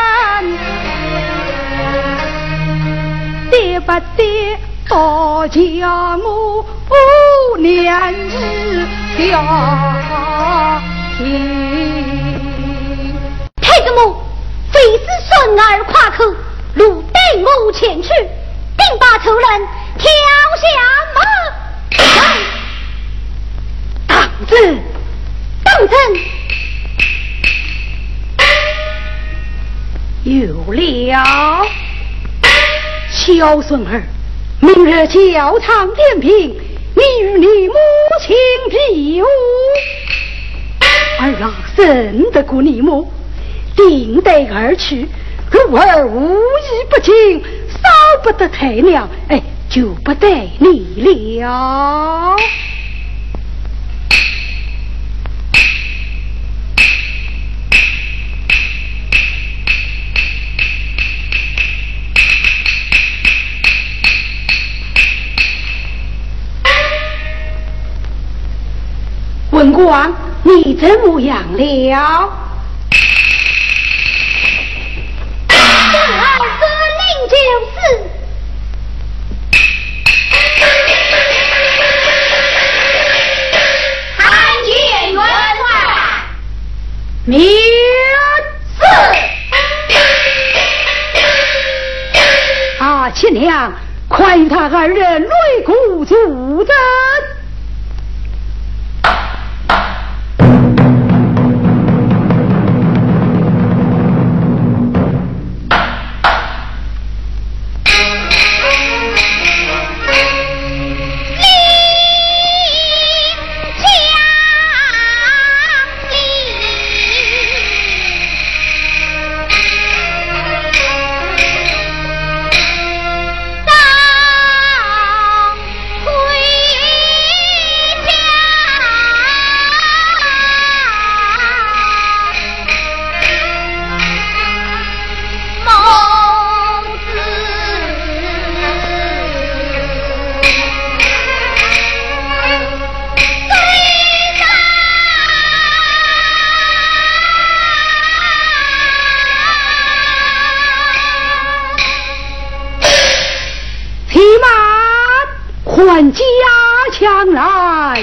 Speaker 3: 得不得多叫我年日表情。
Speaker 1: 太子母，非是孙儿夸口，如带我前去，定把仇人挑下马来。
Speaker 3: 当真，
Speaker 1: 当真。
Speaker 3: 有了，小孙儿，明日教场点评，你与你母亲比武。儿郎认得过你母，定得而去。如儿无意不敬，少不得太娘，哎，就不得你了。文官，你怎么样了？
Speaker 1: 孙儿得令就是。参见元帅。
Speaker 3: 免
Speaker 1: 是。
Speaker 3: 啊，亲娘，快与他二人擂鼓助阵。换加强来。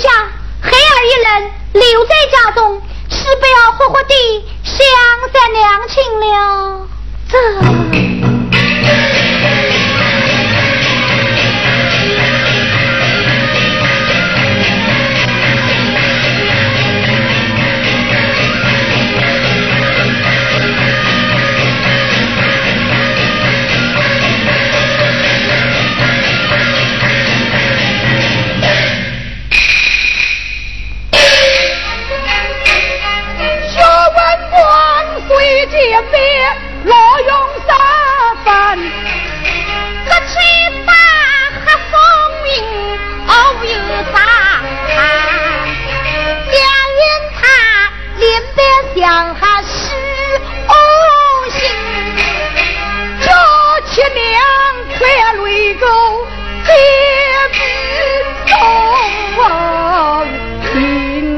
Speaker 1: 下黑儿一人留在家中，是不要活活地相散两清了。这
Speaker 3: 见别落用沙帆，
Speaker 4: 这七八和风云偶有杂，
Speaker 1: 两人他连边想还是恶心，
Speaker 3: 这七娘快泪沟结冰送情。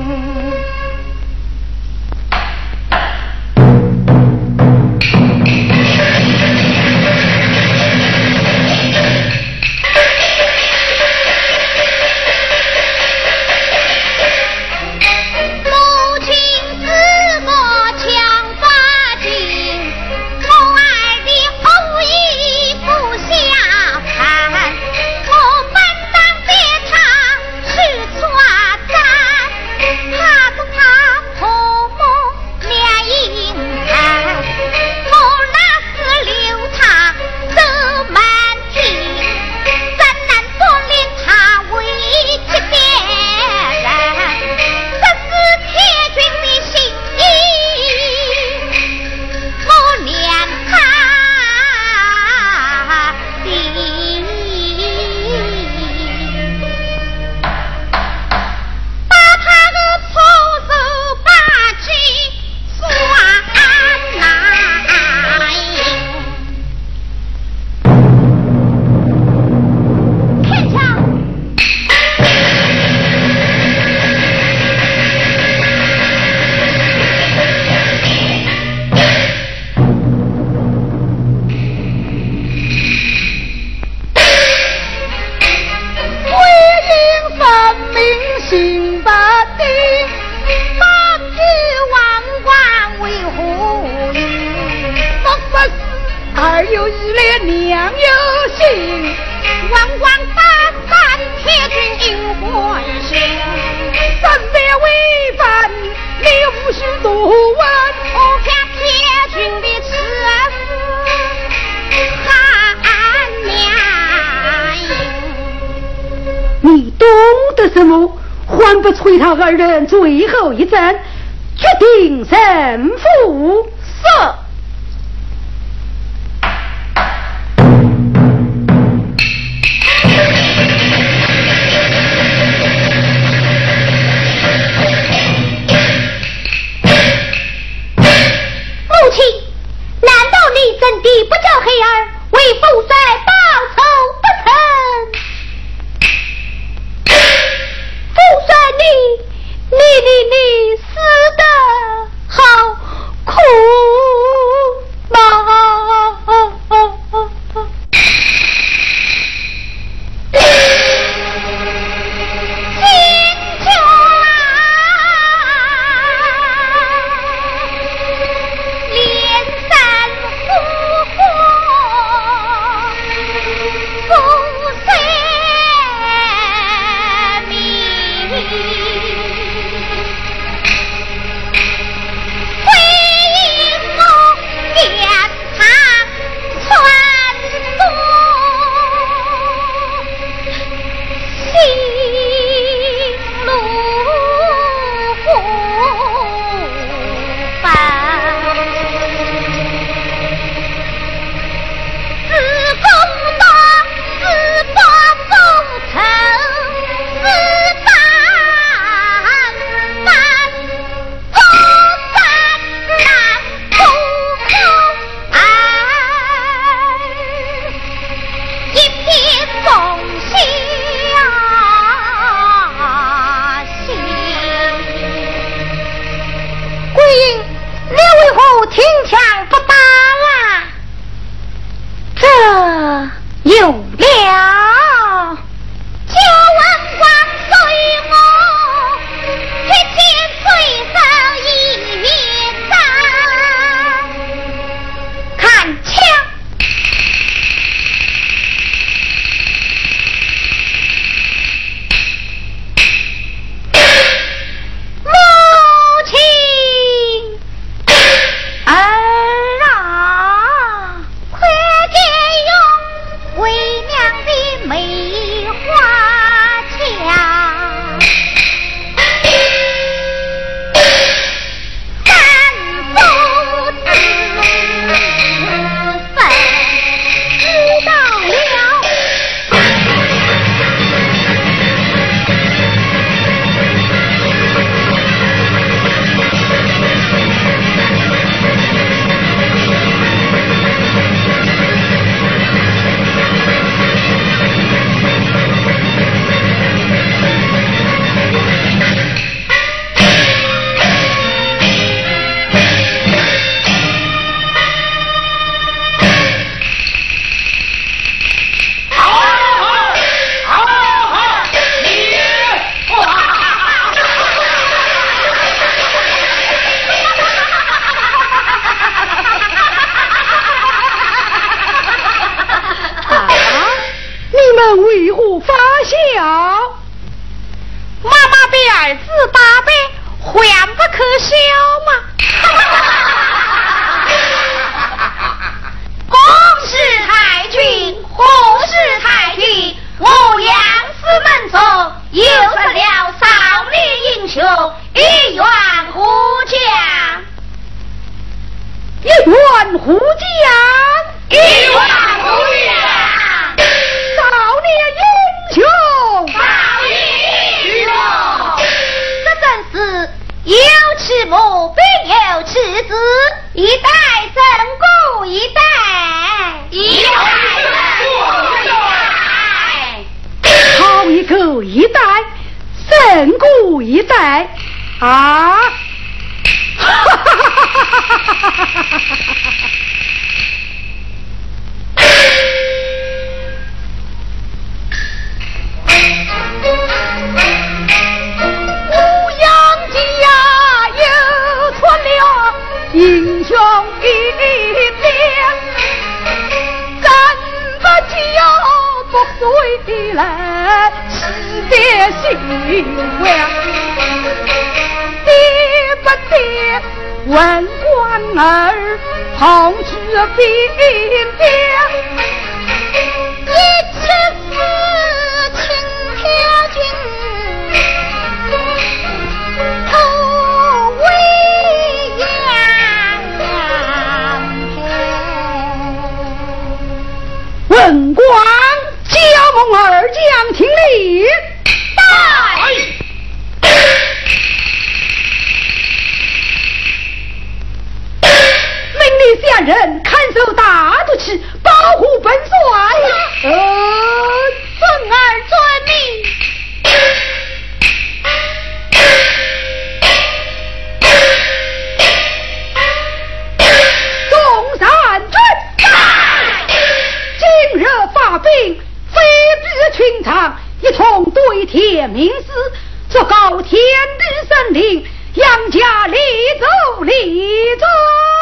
Speaker 3: 儿有一脸娘有心，
Speaker 4: 王冠八三铁军有火心，
Speaker 3: 身在违反你无需多问，
Speaker 4: 我看铁军的此事寒娘。
Speaker 3: 你懂得什么？还不催他二人最后一战，决定胜负。
Speaker 4: 是。
Speaker 1: 母亲，难道你真的不叫黑儿为父帅报仇不成？父帅你，你你你死的好苦
Speaker 3: 笑。
Speaker 4: 妈妈被儿子打败，还不可笑吗？
Speaker 1: 公事太君，何事太君？我杨氏门中又成了少年英雄，一员护将。
Speaker 3: 一员护将，
Speaker 1: 一员护将，
Speaker 3: 少年英雄，
Speaker 1: 少年英雄。这真是有其母必有其子，一代争过一代，一代争过一代。
Speaker 3: 好一个一代胜过一代啊！哈哈哈哈哈哈！乌阳鸡呀，又传了英雄一名，咱不就不随来世别心慌，爹不爹文官儿同去兵兵，
Speaker 1: 一七四青天君，头为阳
Speaker 3: 文官加盟二将听令，命令下人看守大都旗，保护本帅。呃，
Speaker 1: 孙儿遵命。
Speaker 3: 中山军今日发兵，非比寻常，一同对天明司，这告天地神灵，杨家立奏立奏。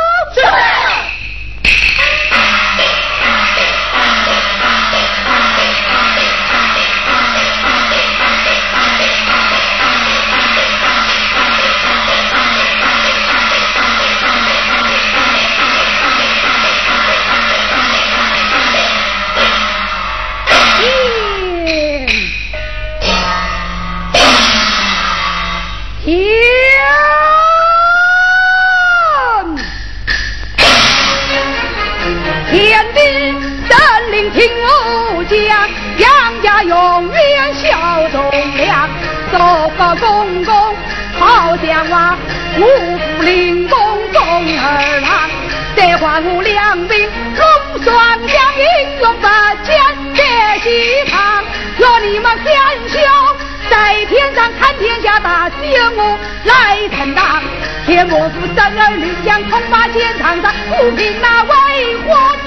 Speaker 3: 听我讲，杨家永远效忠良，做个公公好像话，五福临宫中二郎，这话我两兵龙双将英勇把剑在西堂，若你们三兄在天上看天下大，只有我来承担。天魔府生儿女将恐怕chiến场上不凭那为祸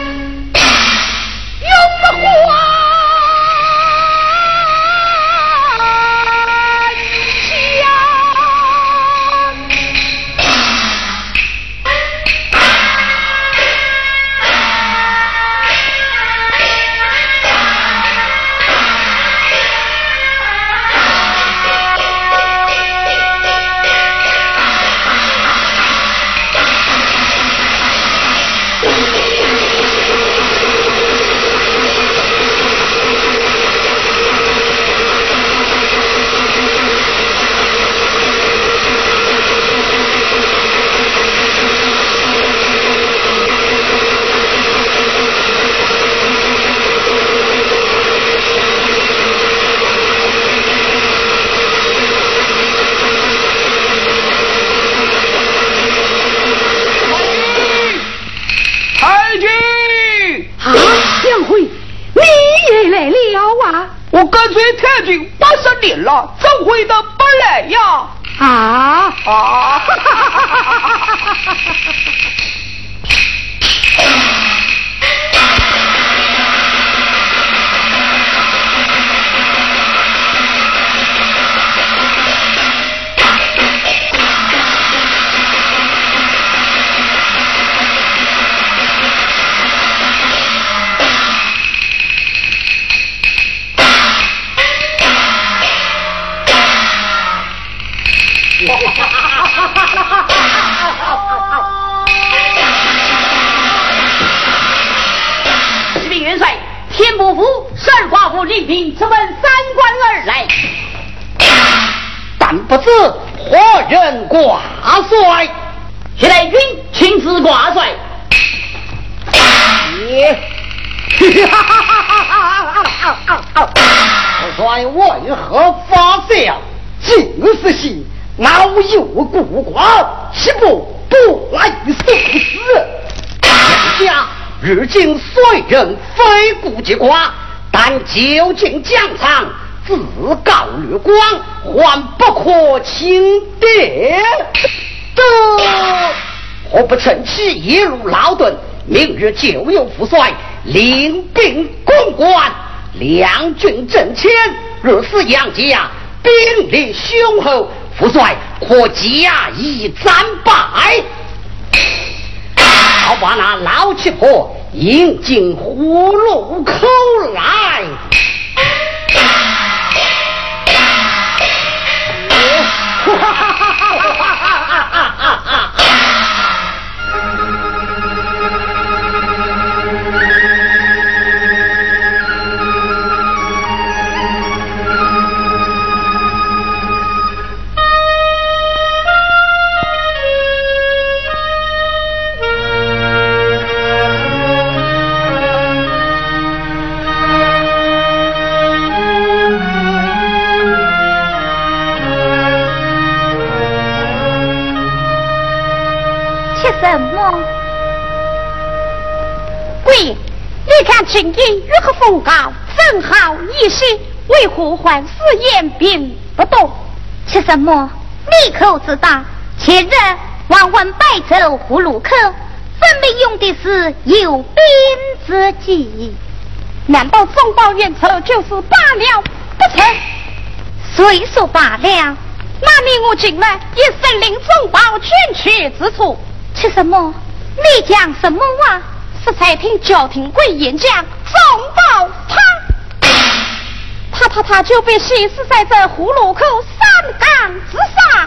Speaker 3: 用不还
Speaker 6: 我跟随太君八十年了，怎会的不来呀？
Speaker 3: 啊
Speaker 6: 啊！ 兵直奔三关而来，
Speaker 5: 但不知何人挂帅？
Speaker 6: 现在军亲自挂帅。
Speaker 5: 你，哈哈哈哈哈哈！帅为何发笑？尽是戏，哪有故挂？岂不不来受死？眼下日今虽人非故即挂，但究竟疆场，自告掠光，还不可轻敌。这何不趁其一路劳顿，明日就有副帅领兵攻关，两军阵前，若是杨家兵力雄厚，副帅可加以战败。好把那老七婆引进葫芦口来。
Speaker 4: 什么？贵，你看今日月黑风高，正好一夕，为何还是言兵不动？
Speaker 1: 吃什么？你可知道？前日王文败走葫芦口，分明用的是有兵之计。
Speaker 4: 难道中报冤仇就是罢了不成？
Speaker 1: 虽说罢了，
Speaker 4: 那你我今晚也森林中报捐躯之处。
Speaker 1: 吃什么？你讲什么话？
Speaker 4: 是才听焦廷贵演讲，中报他，他他他就被系死在这葫芦口山岗之上。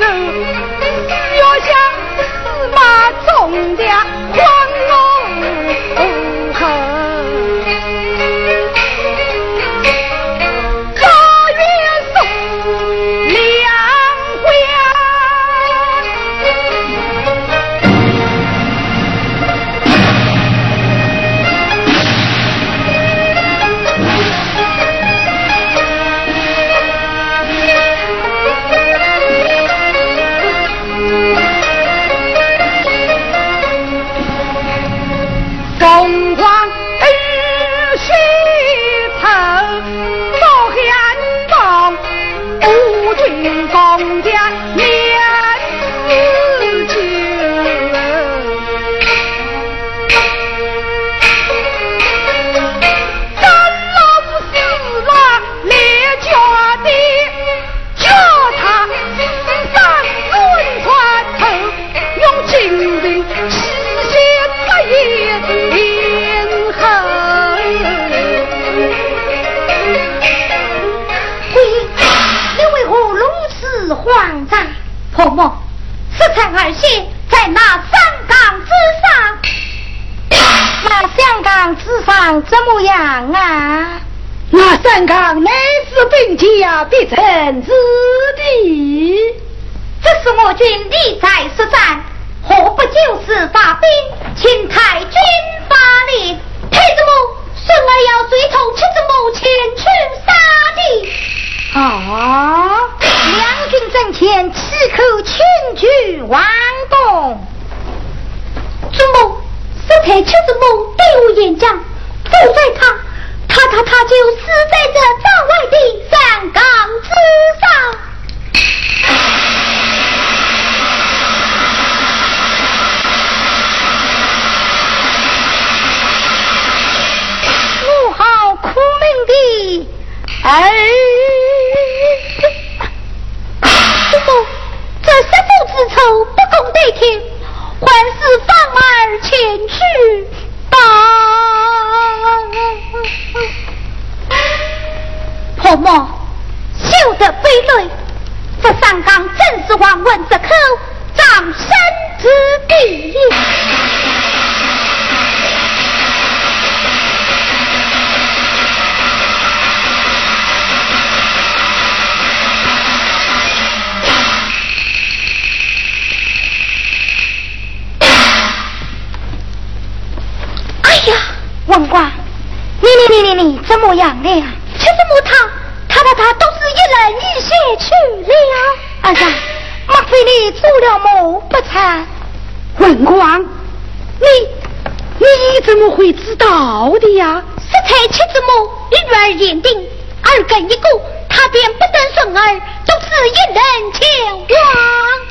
Speaker 3: 要想司马中的黄龙后，八月送两凤凰日西头，左贤王五军公家面子酒。三龙四马列家的，叫他四上轮船头，用精兵实现他也连后。
Speaker 1: 喂，你为何如此慌张？婆婆，此场儿戏在那山岗之上，那山岗之上怎么样啊？
Speaker 3: 那山岗乃是兵家必争之地。
Speaker 1: 这是我军历在实战，何不就是发兵，请太君发令？太子母，孙儿要随同妻子母前去杀敌。
Speaker 3: 啊！
Speaker 1: 两军阵前，此刻轻举妄动。祖母，是太妻子母对我演讲，不在他，他他他就死在这帐外的山岗之上。我好苦命的儿。祖母，这杀父之仇不共戴天，还是放儿前去吧。婆婆，休得非累，这上岗正是王文之口，掌声之地。文官，你你你你你怎么样了呀？其实母他他他他都是一人一血去了。儿子，莫非你做了梦不成？
Speaker 3: 文官，你你怎么会知道的呀？
Speaker 1: 是才妻子母与儿言定，二更一过，他便不等孙儿，独自一人前往。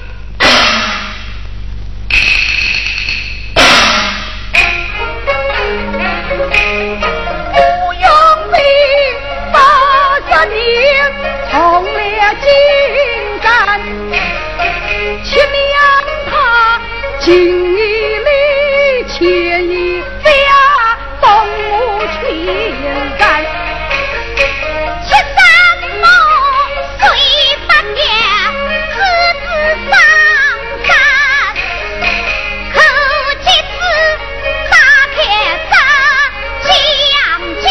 Speaker 3: 不用兵八十年，从列金山，前面他经一里，前一家东吴群山，
Speaker 1: 七山梦随发天，自自上山，可见此大开山。将将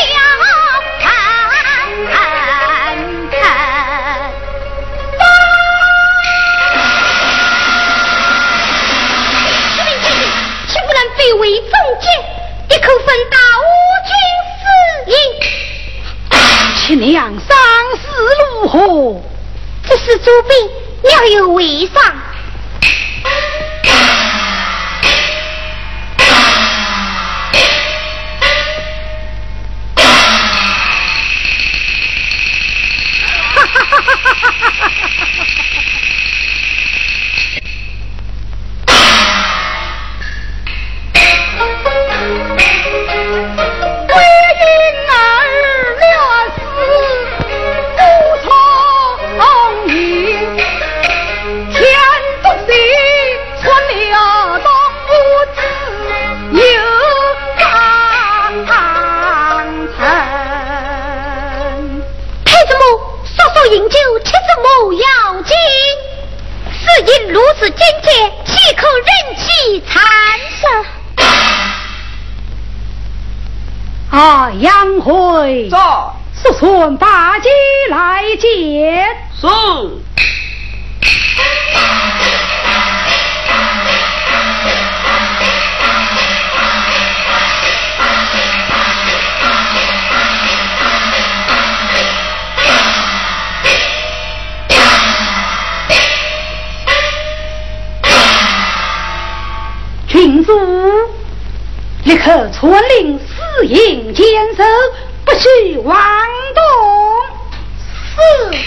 Speaker 1: 看看，司令太君，请不能非为忠奸，一口分到我军私
Speaker 3: 亲娘丧事如何？
Speaker 1: 这是主兵鸟有为上。饮酒，妻子母要紧。
Speaker 3: 会，
Speaker 6: 在
Speaker 3: 速传八戒来见。
Speaker 6: 是。
Speaker 3: 群主立刻传令私营坚守，不许妄动。是。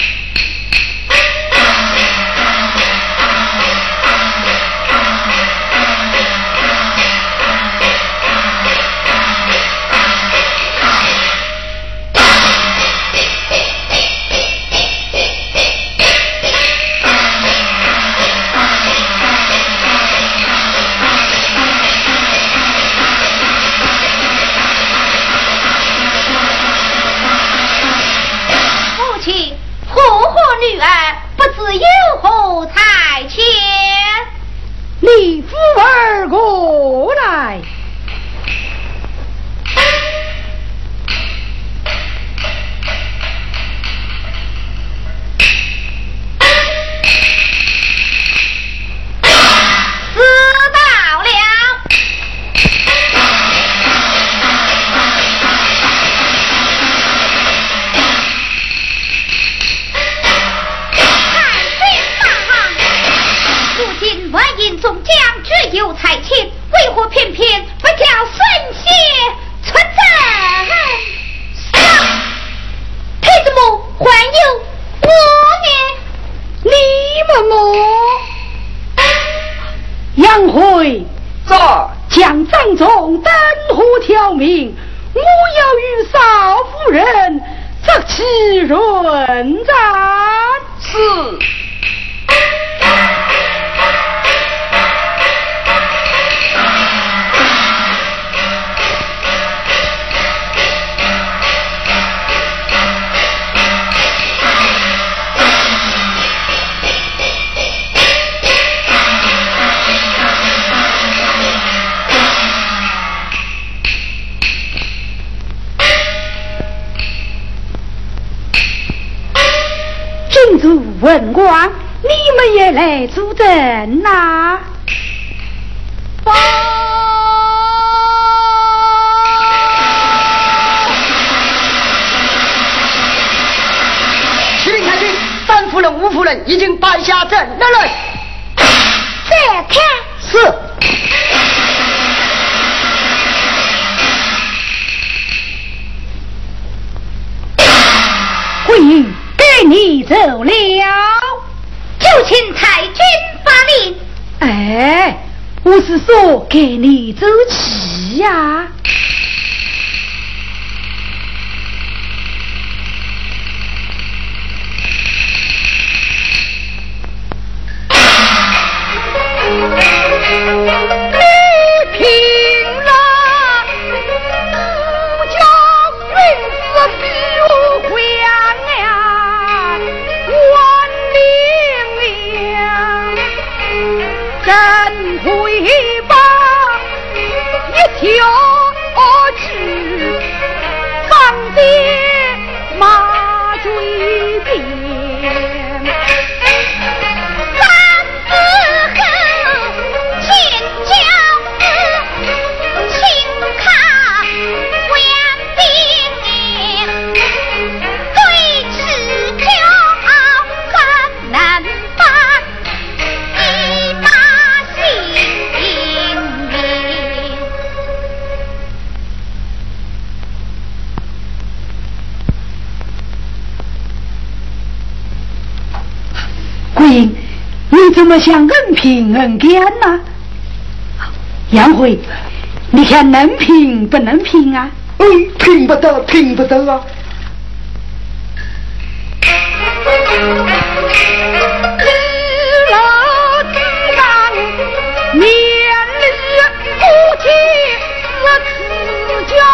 Speaker 1: 女儿不知有何差遣？
Speaker 3: 你夫儿过来。
Speaker 1: 只有才情，为何偏偏不叫神仙出征？上太子母还有我呢？
Speaker 3: 你们么？杨辉
Speaker 6: 在
Speaker 3: 将帐中灯火挑明，我要与少夫人择其论战。
Speaker 6: 是。
Speaker 3: 郡主文官，你们也来助阵呐！报！
Speaker 5: 启禀太君，三夫人、五夫人已经摆下阵了来。
Speaker 1: 再看。
Speaker 5: 是。
Speaker 3: 桂英。给你走了，
Speaker 1: 就请太君发令。
Speaker 3: 哎，我是说给你走齐呀、啊。你凭了不叫云子比我回真会把一条去放在马嘴边，
Speaker 1: 三子后见将子请看官兵，对此骄傲怎能办？一把
Speaker 3: 桂英，你怎么想恩平恩干呢？杨辉，你看能平不能平啊？
Speaker 6: 哎，平不得，平不得啊！
Speaker 3: 日老之上，面里夫妻是自家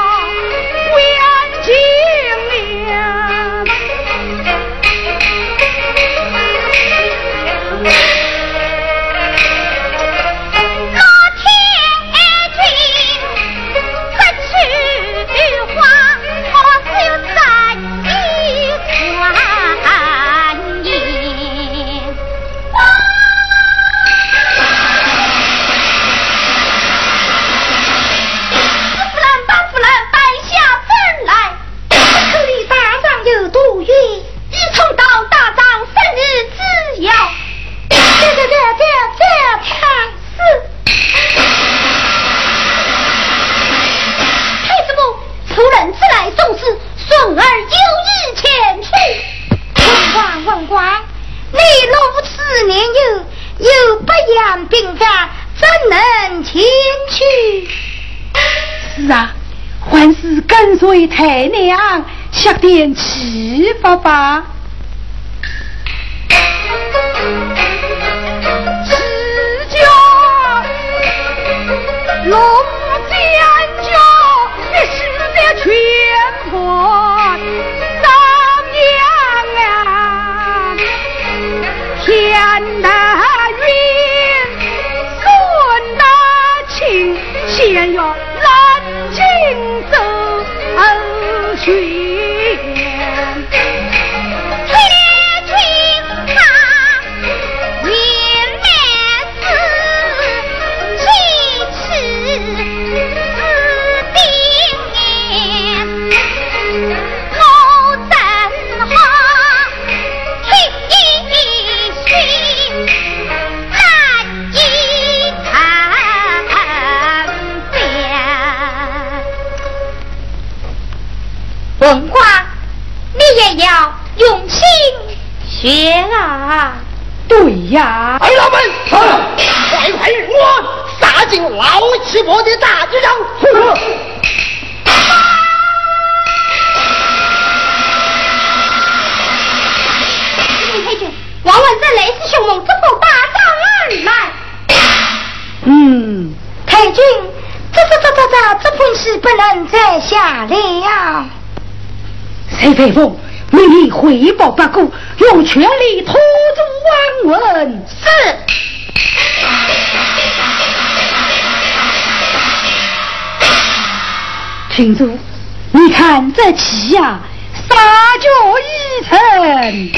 Speaker 3: 关情了。
Speaker 1: 老天君不去话，我四年有有不言兵法，怎能前去？
Speaker 3: 是啊，还是跟随太娘下点启发吧。持家龙奸家，你是在全国张扬啊，天大运，孙大清，先要蓝金走学。
Speaker 1: 文华，你也要用心学啊！
Speaker 3: 对呀，
Speaker 5: 哎，老们，快快与我杀进老七婆的大局上！
Speaker 1: 李太君，王文这雷势凶猛，这破大仗而来。
Speaker 3: 嗯，
Speaker 1: 太君，这这这这这，这本事不能再下了。
Speaker 3: 谁飞凤命你汇报八股，用全力拖住王文。
Speaker 1: 是。
Speaker 3: 郡主，你看这棋呀，杀脚已成。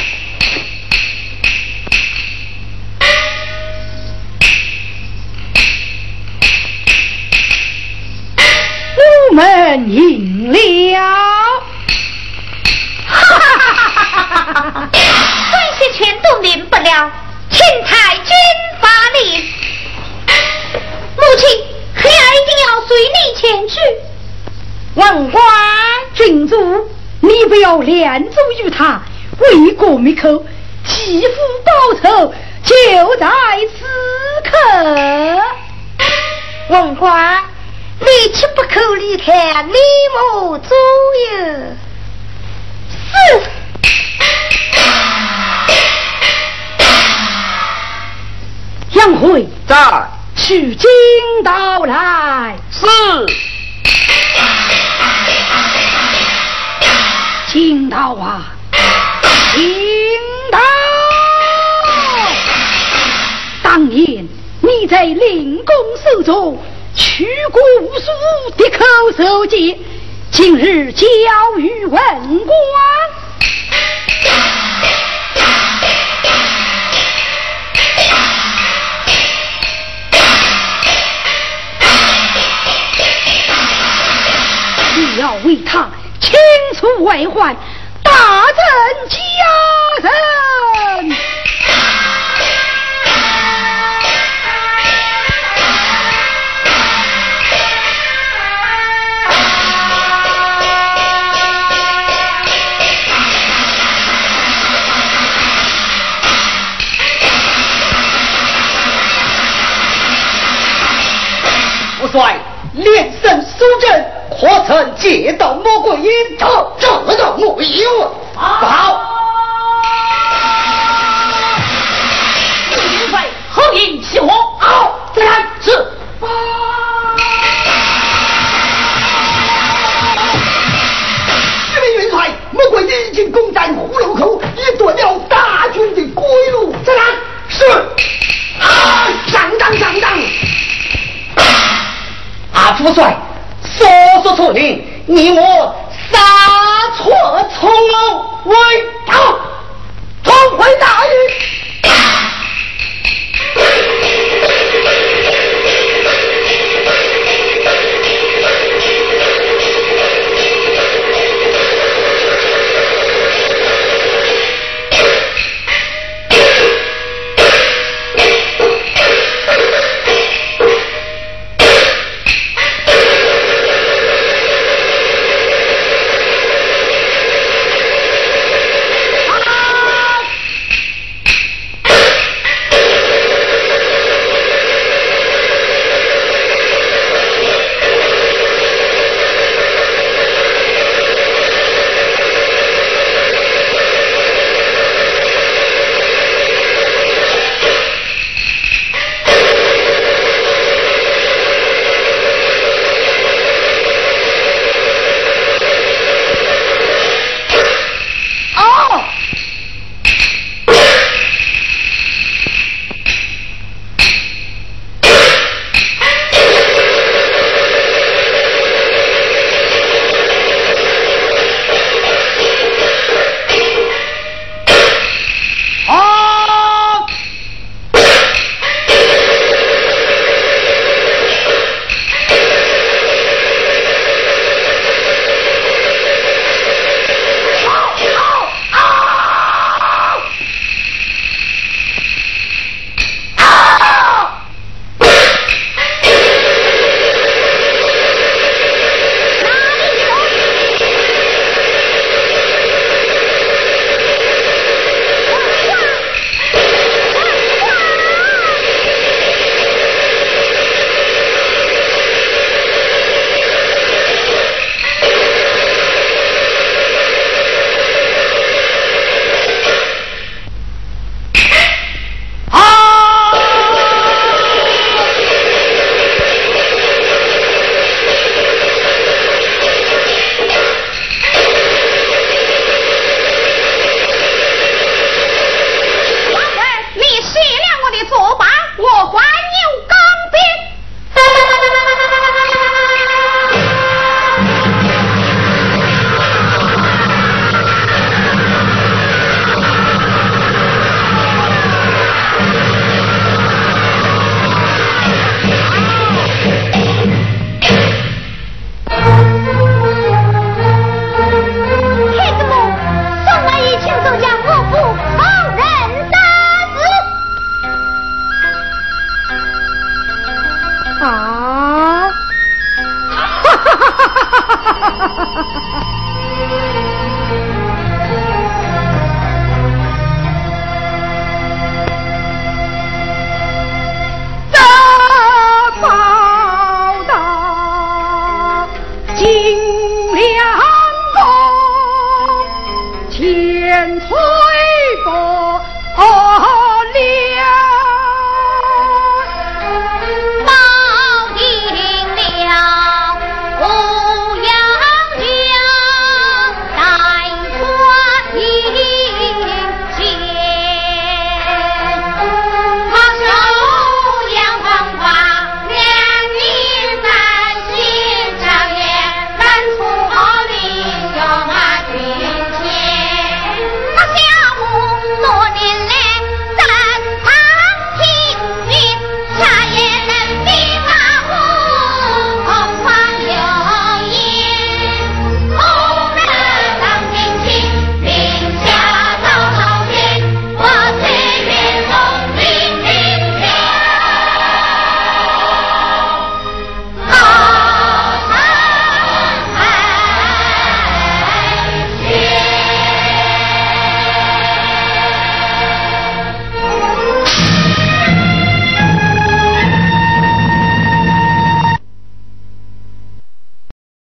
Speaker 3: 我们赢了。
Speaker 1: 哈哈哈哈哈哈！这些全都免不了，请太君发令。母亲，孩儿一定要随你前去。
Speaker 3: 文华郡主，你不要恋足于他，为国灭寇，替父报仇，就在此刻。
Speaker 1: 文华，你切不可离开你母左右。是。
Speaker 3: 杨辉
Speaker 5: 在，
Speaker 3: 取经到来。
Speaker 5: 是。
Speaker 3: 金刀啊，金刀！当年你在灵公手中取过无数的口手剑，今日交与文官。你要为他清除外患，大振家人。
Speaker 5: 父帅连胜苏阵，可曾借到魔鬼阴？这这个没有。好。
Speaker 2: 元帅何应起火？
Speaker 5: 好，再来是。这位元帅，魔鬼已经攻占葫芦口，已断了大军的归路。再来是。啊，上当上当。啊，主帅，说说错令，你我杀错从为好。